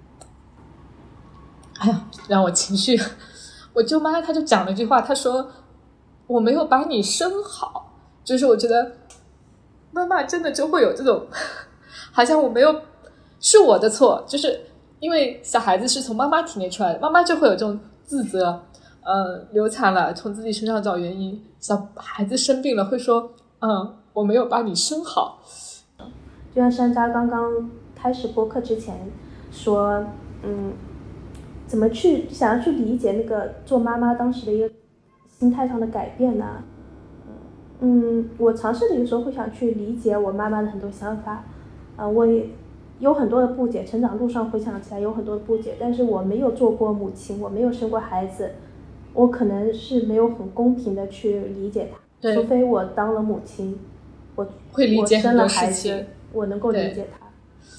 哎呀，让我情绪。我舅妈她就讲了一句话，她说我没有把你生好，就是我觉得妈妈真的就会有这种好像我没有，是我的错，就是因为小孩子是从妈妈体内出来的，妈妈就会有这种自责，流产了从自己身上找原因，小孩子生病了会说我没有把你生好。 就像山楂刚刚开始播客之前说怎么想要去理解那个做妈妈当时的一个心态上的改变呢？我尝试的有时候会想去理解我妈妈的很多想法，我也有很多的不解，成长路上回想起来有很多的不解，但是我没有做过母亲，我没有生过孩子，我可能是没有很公平的去理解她，除非我当了母亲，我会理解很多事情， 我生了孩子，我能够理解她。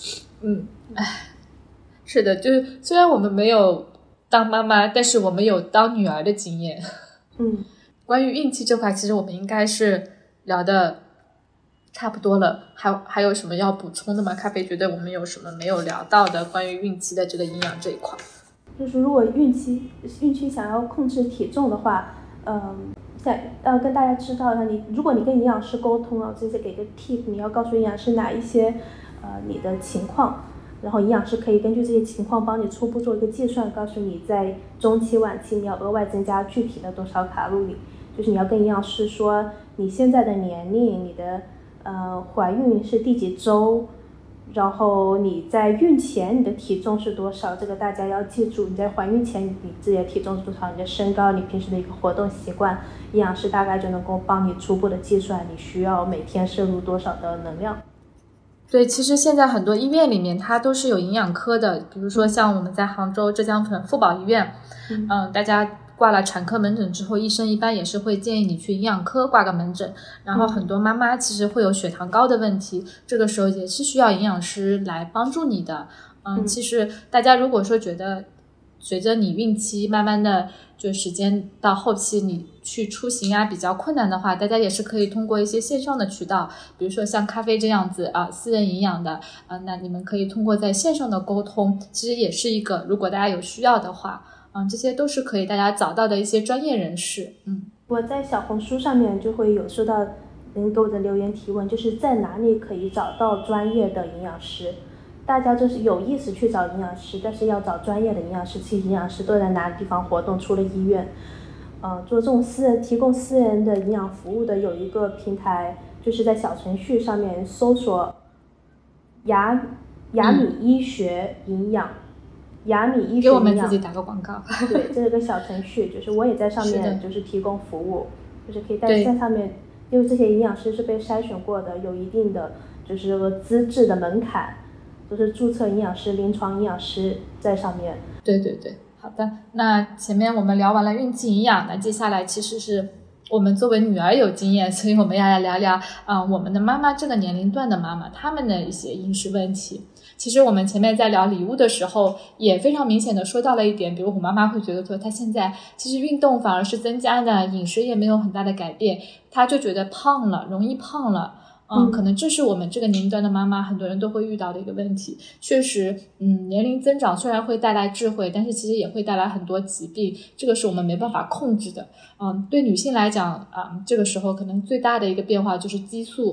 是的，就是虽然我们没有当妈妈，但是我们有当女儿的经验。关于孕期这块，其实我们应该是聊的差不多了。还有什么要补充的吗？咖啡觉得我们有什么没有聊到的关于孕期的这个营养这一块？ 就是如果孕期想要控制体重的话，要跟大家知道如果你跟营养师沟通啊，这是给个 tip， 你要告诉营养师哪一些你的情况，然后营养师可以根据这些情况帮你初步做一个计算，告诉你在中期晚期你要额外增加具体的多少卡路里。就是你要跟营养师说你现在的年龄，你的怀孕是第几周，然后你在孕前你的体重是多少，这个大家要记住。你在怀孕前你自己的体重是多少，你的身高，你平时的一个活动习惯，营养师大概就能够帮你初步的计算你需要每天摄入多少的能量。 对，其实现在很多医院里面它都是有营养科的，比如说像我们在杭州浙江省妇保医院，大家挂了产科门诊之后，医生一般也是会建议你去营养科挂个门诊。然后很多妈妈其实会有血糖高的问题，这个时候也是需要营养师来帮助你的。其实大家如果说觉得随着你孕期慢慢的就时间到后期你去出行啊比较困难的话，大家也是可以通过一些线上的渠道，比如说像咖啡这样子私人营养的那你们可以通过在线上的沟通，其实也是一个如果大家有需要的话这些都是可以大家找到的一些专业人士。 我在小红书上面就会有收到人给我的留言提问，就是在哪里可以找到专业的营养师。大家就是有意识去找营养师，但是要找专业的营养师。其实营养师都在哪个地方活动，除了医院。做这种提供私人的营养服务的有一个平台，就是在小程序上面搜索雅米医学营养。雅米医学营养， 给我们自己打个广告。 对，这是个小程序，就是我也在上面就是提供服务，就是可以在上面，因为这些营养师是被筛选过的，有一定的就是这个资质的门槛，都是注册营养师、临床营养师在上面。 对对对，好的。那前面我们聊完了孕期营养，那接下来其实是我们作为女儿有经验，所以我们要来聊聊我们的妈妈这个年龄段的妈妈她们的一些饮食问题。其实我们前面在聊礼物的时候也非常明显的说到了一点，比如我妈妈会觉得说她现在其实运动反而是增加的，饮食也没有很大的改变，她就觉得胖了，容易胖了。可能这是我们这个年龄段的妈妈很多人都会遇到的一个问题。确实年龄增长虽然会带来智慧，但是其实也会带来很多疾病，这个是我们没办法控制的。对女性来讲这个时候可能最大的一个变化就是激素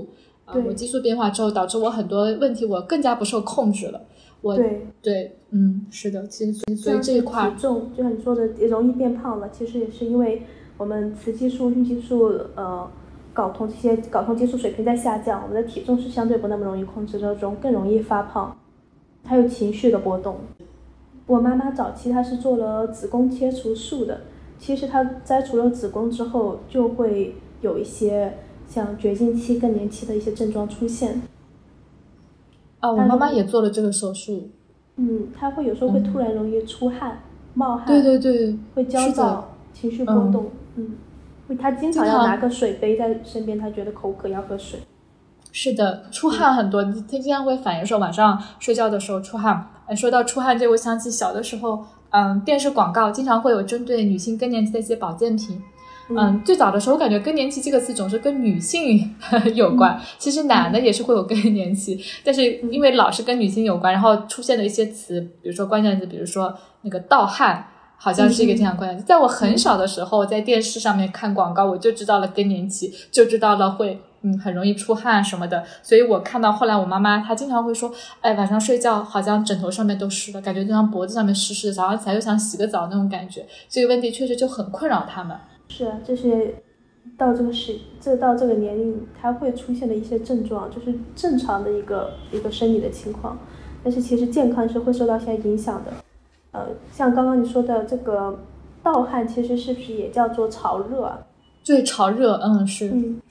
我激素变化之后，导致我很多问题我更加不受控制了。对，是的，其实所以这一块体重就像你说的也容易变胖了，其实也是因为我们雌激素、孕激素、睾酮激素水平在下降，我们的体重是相对不那么容易控制的，更容易发胖，还有情绪的波动。我妈妈早期她是做了子宫切除术的，其实她摘除了子宫之后，就会有一些像绝经期、更年期的一些症状出现。 我妈妈也做了这个手术。 她会有时候会突然容易出汗、冒汗， 对， 会焦躁、情绪波动。她经常要拿个水杯在身边，她觉得口渴要喝水。 是的，出汗很多，她经常会反映说晚上睡觉的时候出汗。说到出汗这，我想起小的时候，电视广告经常会有针对女性更年期的一些保健品。最早的时候，我感觉更年期这个词总是跟女性有关，其实男的也是会有更年期，但是因为老是跟女性有关，然后出现的一些词，比如说关键词，比如说那个盗汗，好像是一个这样关键词。在我很小的时候，在电视上面看广告，我就知道了更年期，就知道了会很容易出汗什么的。所以我看到后来我妈妈她经常会说，晚上睡觉好像枕头上面都湿了，感觉就像脖子上面湿湿的，早上起来又想洗个澡那种感觉。这个问题确实就很困扰他们。 是啊，这些到这个年龄，它会出现的一些症状，就是正常的一个生理的情况，但是其实健康是会受到一些影响的。像刚刚你说的这个盗汗，其实是不是也叫做潮热啊？ 对，潮热，是。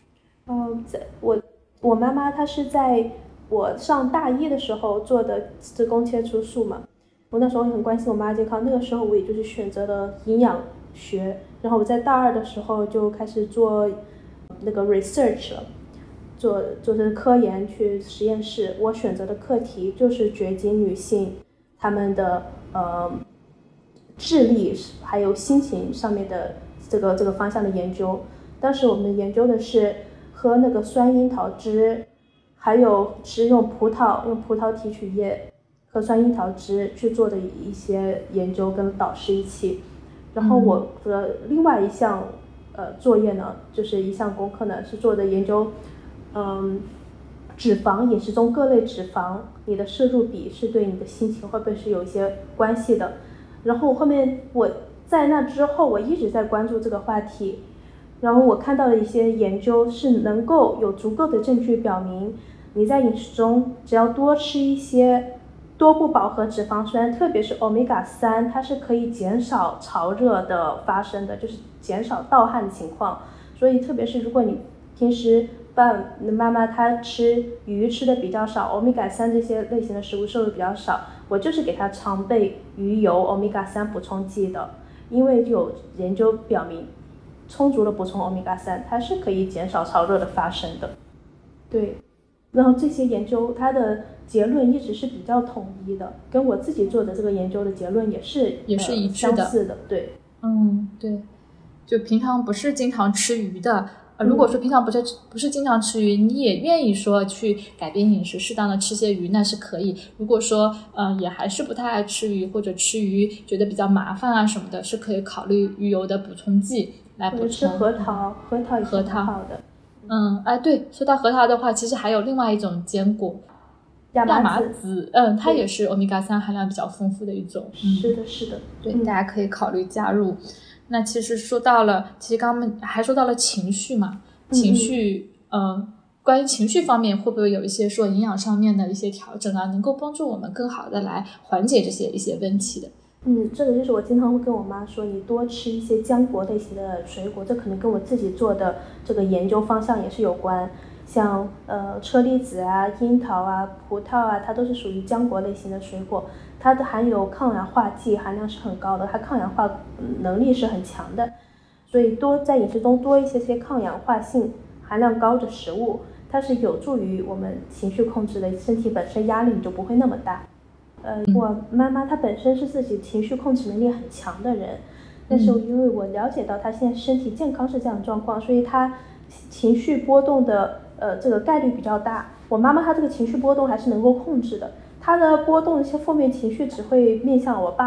我妈妈她是在我上大一的时候做的子宫切除术嘛，我那时候很关心我妈健康，那个时候我也就是选择了营养学，然后我在大二的时候就开始做那个 research 了，做科研去实验室。我选择的课题就是绝经女性她们的智力还有心情上面的这个方向的研究。当时我们研究的是喝那个酸樱桃汁，还有是用葡萄提取液和酸樱桃汁去做的一些研究，跟导师一起。然后我的另外一项作业呢，就是一项功课呢，是做的研究，脂肪饮食中各类脂肪，你的摄入比是对你的心情会不会是有一些关系的。然后后面我在那之后，我一直在关注这个话题，然后我看到的一些研究是能够有足够的证据表明，你在饮食中只要多吃一些多不饱和脂肪酸，特别是 Omega-3， 它是可以减少潮热的发生的，就是减少盗汗的情况。所以特别是如果你平时妈妈她吃鱼吃的比较少， Omega-3 这些类型的食物摄入比较少，我就是给她常备鱼油 Omega-3 补充剂的，因为有研究表明充足的补充 Omega-3 它是可以减少潮热的发生的。对，然后这些研究它的结论一直是比较统一的，跟我自己做的这个研究的结论也是一致的， 相似的。对， 对，就平常不是经常吃鱼的，如果说平常不是经常吃鱼，你也愿意说去改变饮食，适当的吃些鱼，那是可以。如果说也还是不太爱吃鱼，或者吃鱼觉得比较麻烦啊什么的，是可以考虑鱼油的补充剂来补充。 吃核桃也是很好的。 对，说到核桃的话，其实还有另外一种坚果，亚麻籽，它也是 Omega-3 含量比较丰富的一种。 是的， 对，大家可以考虑加入。那其实刚刚还说到了情绪嘛，情绪，关于情绪方面，会不会有一些说营养上面的一些调整啊，能够帮助我们更好的来缓解这些一些问题的？ 这个就是我经常会跟我妈说，你多吃一些浆果类型的水果，这可能跟我自己做的这个研究方向也是有关。像车厘子啊、樱桃啊、葡萄啊，它都是属于浆果类型的水果，它的含有抗氧化剂含量是很高的，它抗氧化能力是很强的，所以在饮食中多一些抗氧化性含量高的食物，它是有助于我们情绪控制的，身体本身压力就不会那么大。我妈妈她本身是自己情绪控制能力很强的人，但是因为我了解到她现在身体健康是这样的状况，所以她情绪波动的这个概率比较大。我妈妈她这个情绪波动还是能够控制的，她的波动一些负面情绪只会面向我爸，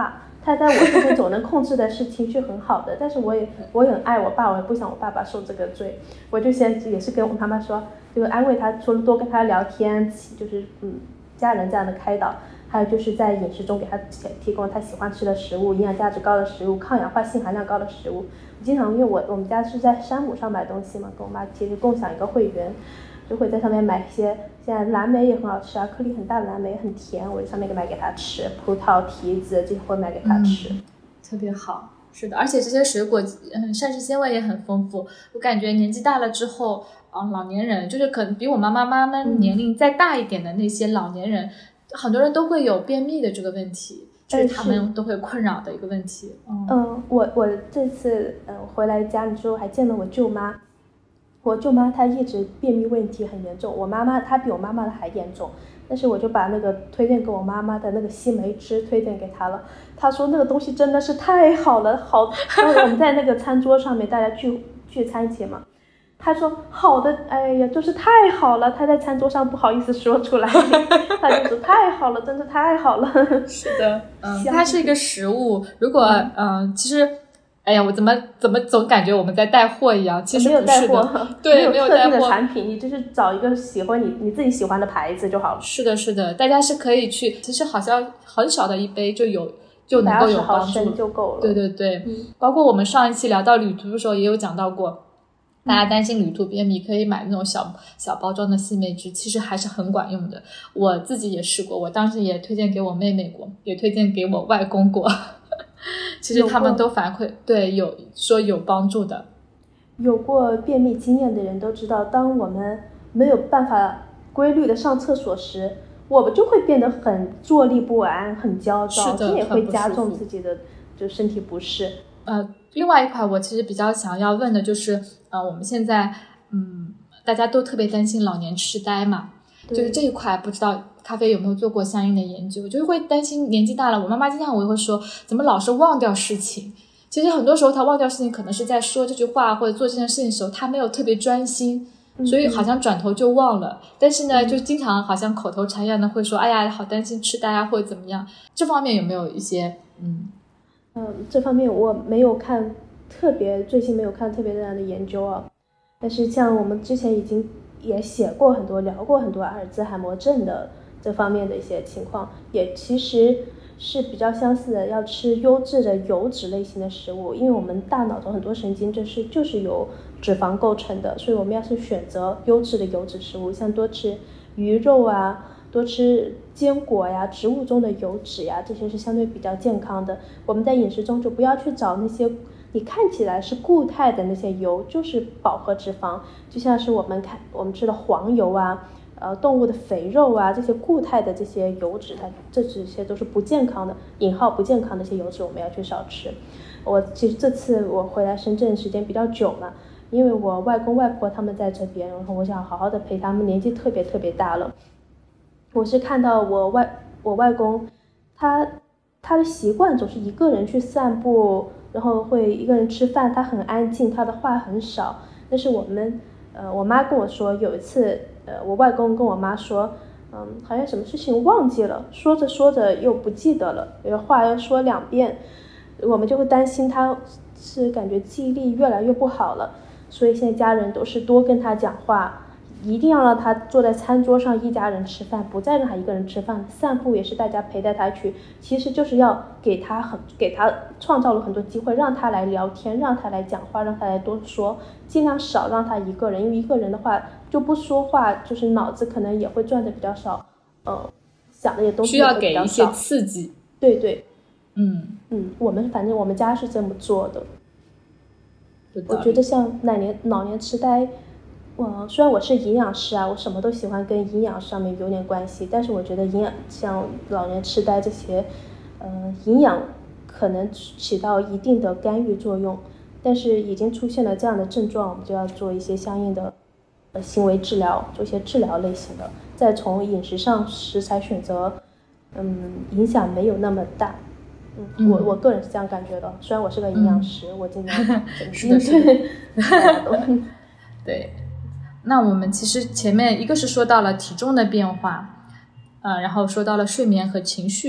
他在我这边总能控制的是情绪很好的，但是我也很爱我爸，我也不想我爸爸受这个罪，我就先也是跟我妈妈说，就安慰他，除了多跟他聊天，就是家人这样的开导，还有就是在饮食中给他提供他喜欢吃的食物，营养价值高的食物，抗氧化性含量高的食物。经常因为我们家是在山姆上买东西嘛，跟我妈其实共享一个会员，就会在上面买一些，现在蓝莓也很好吃啊，颗粒很大的蓝莓很甜，我在上面买给他吃，葡萄、提子这些会买给他吃， 特别好。是的，而且这些水果膳食纤维也很丰富。我感觉年纪大了之后老年人就是可能比我妈妈年龄再大一点的那些老年人，很多人都会有便秘的这个问题，就是他们都会困扰的一个问题。 我这次回来家里之后还见了我舅妈，我舅妈她一直便秘问题很严重，我妈妈她比我妈妈的还严重，但是我就把那个推荐给我妈妈的那个西梅汁推荐给她了，她说那个东西真的是太好了，好，因为我们在那个餐桌上面大家聚餐一起嘛，他说好的，哎呀，就是太好了。他在餐桌上不好意思说出来，他就说太好了，真是太好了。 是的，它是一个食物。如果其实，哎呀，我怎么总感觉我们在带货一样？其实不是的，对，没有特定的产品，你就是找一个喜欢你自己喜欢的牌子就好了。 是的，是的，大家是可以去，其实好像很少的一杯就能够有帮助就够了。 对对对，包括我们上一期聊到旅途的时候也有讲到过。大家担心旅途便秘，可以买那种小包装的西梅汁，其实还是很管用的。我自己也试过，我当时也推荐给我妹妹过，也推荐给我外公过。其实他们都反馈，对，有说有帮助的。 有过便秘经验的人都知道，当我们没有办法规律的上厕所时，我们就会变得很坐立不安，很焦躁，这也会加重自己的就身体不适。 另外一块我其实比较想要问的就是我们现在大家都特别担心老年痴呆嘛，就是这一块不知道咖啡有没有做过相应的研究，就是会担心年纪大了，我妈妈经常我也会说怎么老是忘掉事情，其实很多时候她忘掉事情可能是在说这句话或者做这件事情的时候她没有特别专心，所以好像转头就忘了，但是呢就经常好像口头禅一样的会说哎呀好担心痴呆啊或者怎么样，这方面有没有一些这方面我没有看最近没有看特别这样的研究啊，但是像我们之前已经也写过很多聊过很多阿尔兹海默症的这方面的一些情况，也其实是比较相似的，要吃优质的油脂类型的食物，因为我们大脑中很多神经就是由脂肪构成的，所以我们要是选择优质的油脂食物，像多吃鱼肉啊，多吃坚果呀，植物中的油脂呀，这些是相对比较健康的。我们在饮食中就不要去找那些你看起来是固态的那些油，就是饱和脂肪，就像是我们吃的黄油啊，动物的肥肉啊，这些固态的这些油脂，这些都是不健康的，引号不健康的一些油脂，我们要去少吃。其实这次我回来深圳时间比较久嘛，因为我外公外婆他们在这边，然后我想好好的陪他们，年纪特别特别大了。我是看到我外公他的习惯总是一个人去散步，然后会一个人吃饭，他很安静，他的话很少。但是我妈跟我说有一次我外公跟我妈说好像什么事情忘记了，说着说着又不记得了，话要说2遍，我们就会担心他是感觉记忆力越来越不好了，所以现在家人都是多跟他讲话，一定要让他坐在餐桌上一家人吃饭，不再让他一个人吃饭，散步也是大家陪着他去，其实就是要给他创造了很多机会，让他来聊天，让他来讲话，让他来多说，尽量少让他一个人，因为一个人的话就不说话，就是脑子可能也会转的比较少，想的也东西需要给一些刺激。 对对，反正我们家是这么做的。我觉得像老年痴呆，虽然我是营养师啊，我什么都喜欢跟营养上面有点关系，但是我觉得像老年痴呆这些，营养可能起到一定的干预作用，但是已经出现了这样的症状，我们就要做一些相应的行为治疗，做一些治疗类型的，再从饮食上食材选择，影响没有那么大。我个人是这样感觉的，虽然我是个营养师，我经常是的对。那我们其实前面一个是说到了体重的变化，然后说到了睡眠和情绪，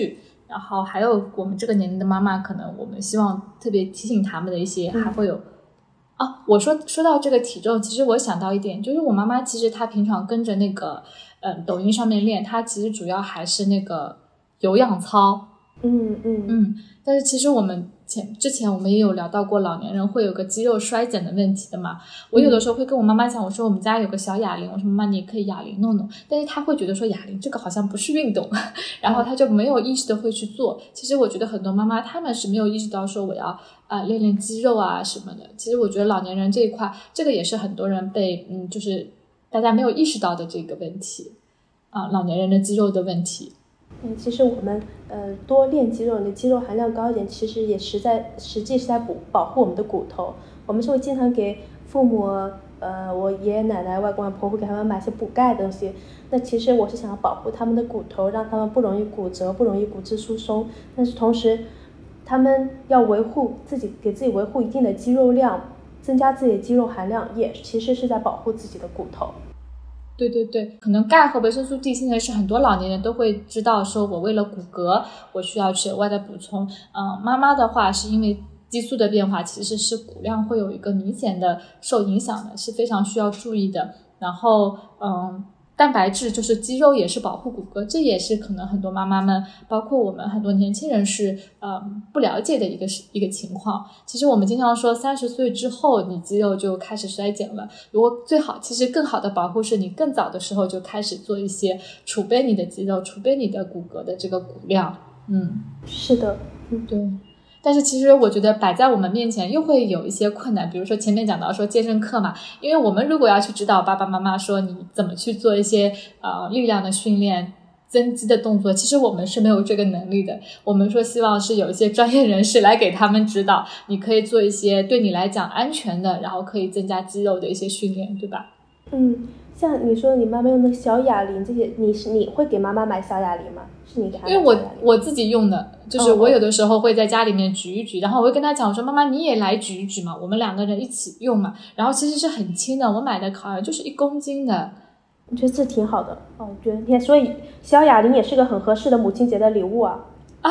然后还有我们这个年龄的妈妈，可能我们希望特别提醒他们的一些，还会有我说到这个体重，其实我想到一点，就是我妈妈其实她平常跟着那个抖音上面练，她其实主要还是那个有氧操。但是其实我们之前我们也有聊到过，老年人会有个肌肉衰减的问题的嘛。我有的时候会跟我妈妈讲，我说我们家有个小哑铃，我说妈妈你也可以哑铃弄弄，但是她会觉得说哑铃这个好像不是运动，然后她就没有意识的会去做。其实我觉得很多妈妈她们是没有意识到说我要练练肌肉啊什么的。其实我觉得老年人这一块，这个也是很多人被就是大家没有意识到的这个问题老年人的肌肉的问题。 其实我们多练肌肉，你的肌肉含量高一点，其实也实际是在保护我们的骨头。我们是会经常给父母我爷爷奶奶外公外婆会给他们买些补钙的东西，那其实我是想要保护他们的骨头，让他们不容易骨折，不容易骨质疏松。但是同时他们要给自己维护一定的肌肉量，增加自己的肌肉含量，也其实是在保护自己的骨头。 对对对，可能钙和维生素 D 现在是很多老年人都会知道，说我为了骨骼我需要去额外的补充。妈妈的话是因为激素的变化，其实是骨量会有一个明显的受影响的，是非常需要注意的。然后蛋白质就是肌肉也是保护骨骼，这也是可能很多妈妈们包括我们很多年轻人是不了解的一个情况。其实我们经常说30岁之后你肌肉就开始衰减了，如果最好其实更好的保护是你更早的时候就开始做一些储备你的肌肉，储备你的骨骼的这个骨量。 是的， 对。但是其实我觉得摆在我们面前又会有一些困难，比如说前面讲到说健身课嘛，因为我们如果要去指导爸爸妈妈说你怎么去做一些力量的训练增肌的动作，其实我们是没有这个能力的。我们说希望是有一些专业人士来给他们指导，你可以做一些对你来讲安全的，然后可以增加肌肉的一些训练，对吧？ 像你说你妈妈用的小哑铃这些，你会给妈妈买小哑铃吗？是你给她买小哑铃？ 因为我自己用的，就是我有的时候会在家里面举一举，然后我会跟她讲，我说妈妈你也来举一举嘛，我们2个人一起用嘛。然后其实是很轻的，我买的好像就是1公斤的。 我觉得这挺好的我觉得你看，所以小哑铃也是个很合适的母亲节的礼物啊。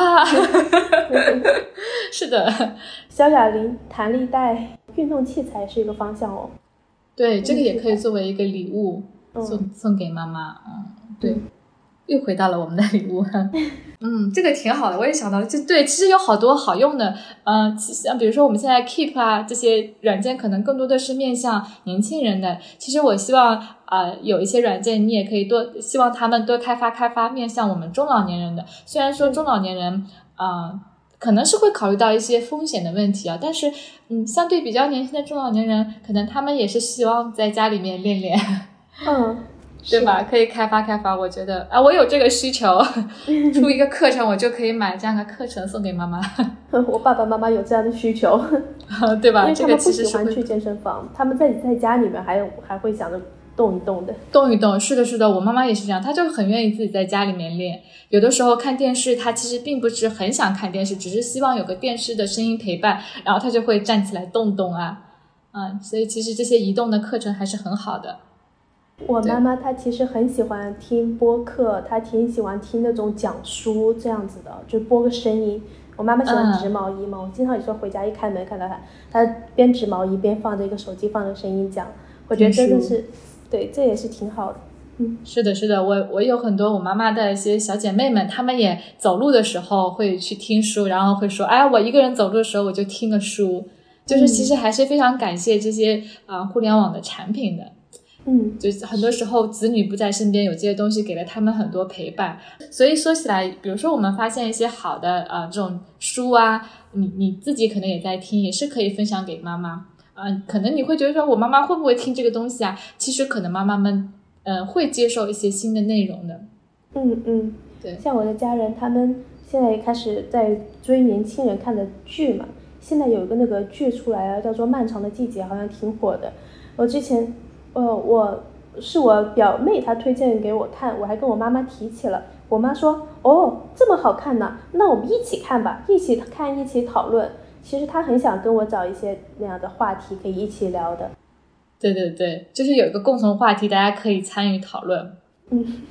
是的， 小哑铃、弹力带、运动器材是一个方向哦。 对，这个也可以作为一个礼物送给妈妈。对，又回到了我们的礼物。这个挺好的，我也想到了，就对，其实有好多好用的，像比如说我们现在 Keep 这些软件，可能更多的是面向年轻人的。其实我希望有一些软件，你也可以希望他们多开发面向我们中老年人的。虽然说中老年人可能是会考虑到一些风险的问题但是相对比较年轻的中老年人，可能他们也是希望在家里面练练。对吧？可以开发，我觉得我有这个需求，出一个课程我就可以买这样的课程送给妈妈。 我爸爸妈妈有这样的需求， 对吧？ 因为他们不喜欢去健身房，他们在家里面还会想着动一动的。 动一动，是的，我妈妈也是这样，她就很愿意自己在家里面练。有的时候看电视，她其实并不是很想看电视，只是希望有个电视的声音陪伴，然后她就会站起来动动所以其实这些移动的课程还是很好的。 我妈妈她其实很喜欢听播客，她挺喜欢听那种讲书这样子的，就播个声音。我妈妈喜欢织毛衣嘛，我经常有时候回家一开门看到她边织毛衣边放着一个手机，放着声音讲，我觉得真的是对，这也是挺好的。 是的，我有很多我妈妈的一些小姐妹们，她们也走路的时候会去听书，然后会说我一个人走路的时候我就听个书，就是其实还是非常感谢这些互联网的产品的。就是很多时候子女不在身边，有这些东西给了他们很多陪伴。所以说起来，比如说我们发现一些好的这种书你自己可能也在听，也是可以分享给妈妈。可能你会觉得说我妈妈会不会听这个东西其实可能妈妈们会接受一些新的内容的。 对，像我的家人他们现在也开始在追年轻人看的剧嘛，现在有一个那个剧出来了，叫做《漫长的季节》，好像挺火的。我之前是我表妹她推荐给我看，我还跟我妈妈提起了，我妈说这么好看呢，那我们一起看吧，一起看一起讨论。其实她很想跟我找一些那样的话题可以一起聊的。 对，就是有一个共同话题大家可以参与讨论。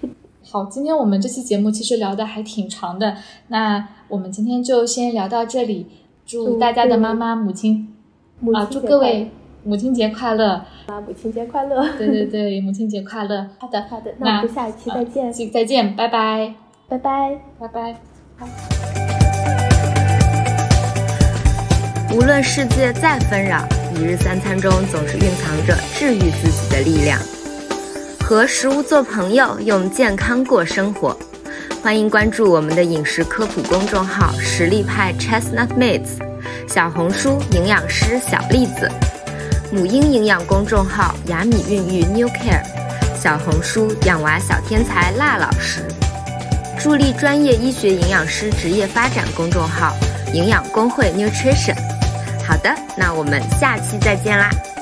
好，今天我们这期节目其实聊的还挺长的，那我们今天就先聊到这里。祝大家的妈妈祝各位母亲节快乐啊！母亲节快乐！ 对对对，母亲节快乐！ 好的，那我们下一期再见。 再见，拜拜， 拜拜， 拜拜。 好。 无论世界再纷扰，一日三餐中总是蕴藏着治愈自己的力量。和食物做朋友，用健康过生活。欢迎关注我们的饮食科普公众号实力派 Chestnut Mates， 小红书营养师小栗子，母婴营养公众号雅米孕育 New Care， 小红书养娃小天才辣老师，助力专业医学营养师职业发展公众号营养公会 Nutrition。好的，那我们下期再见啦。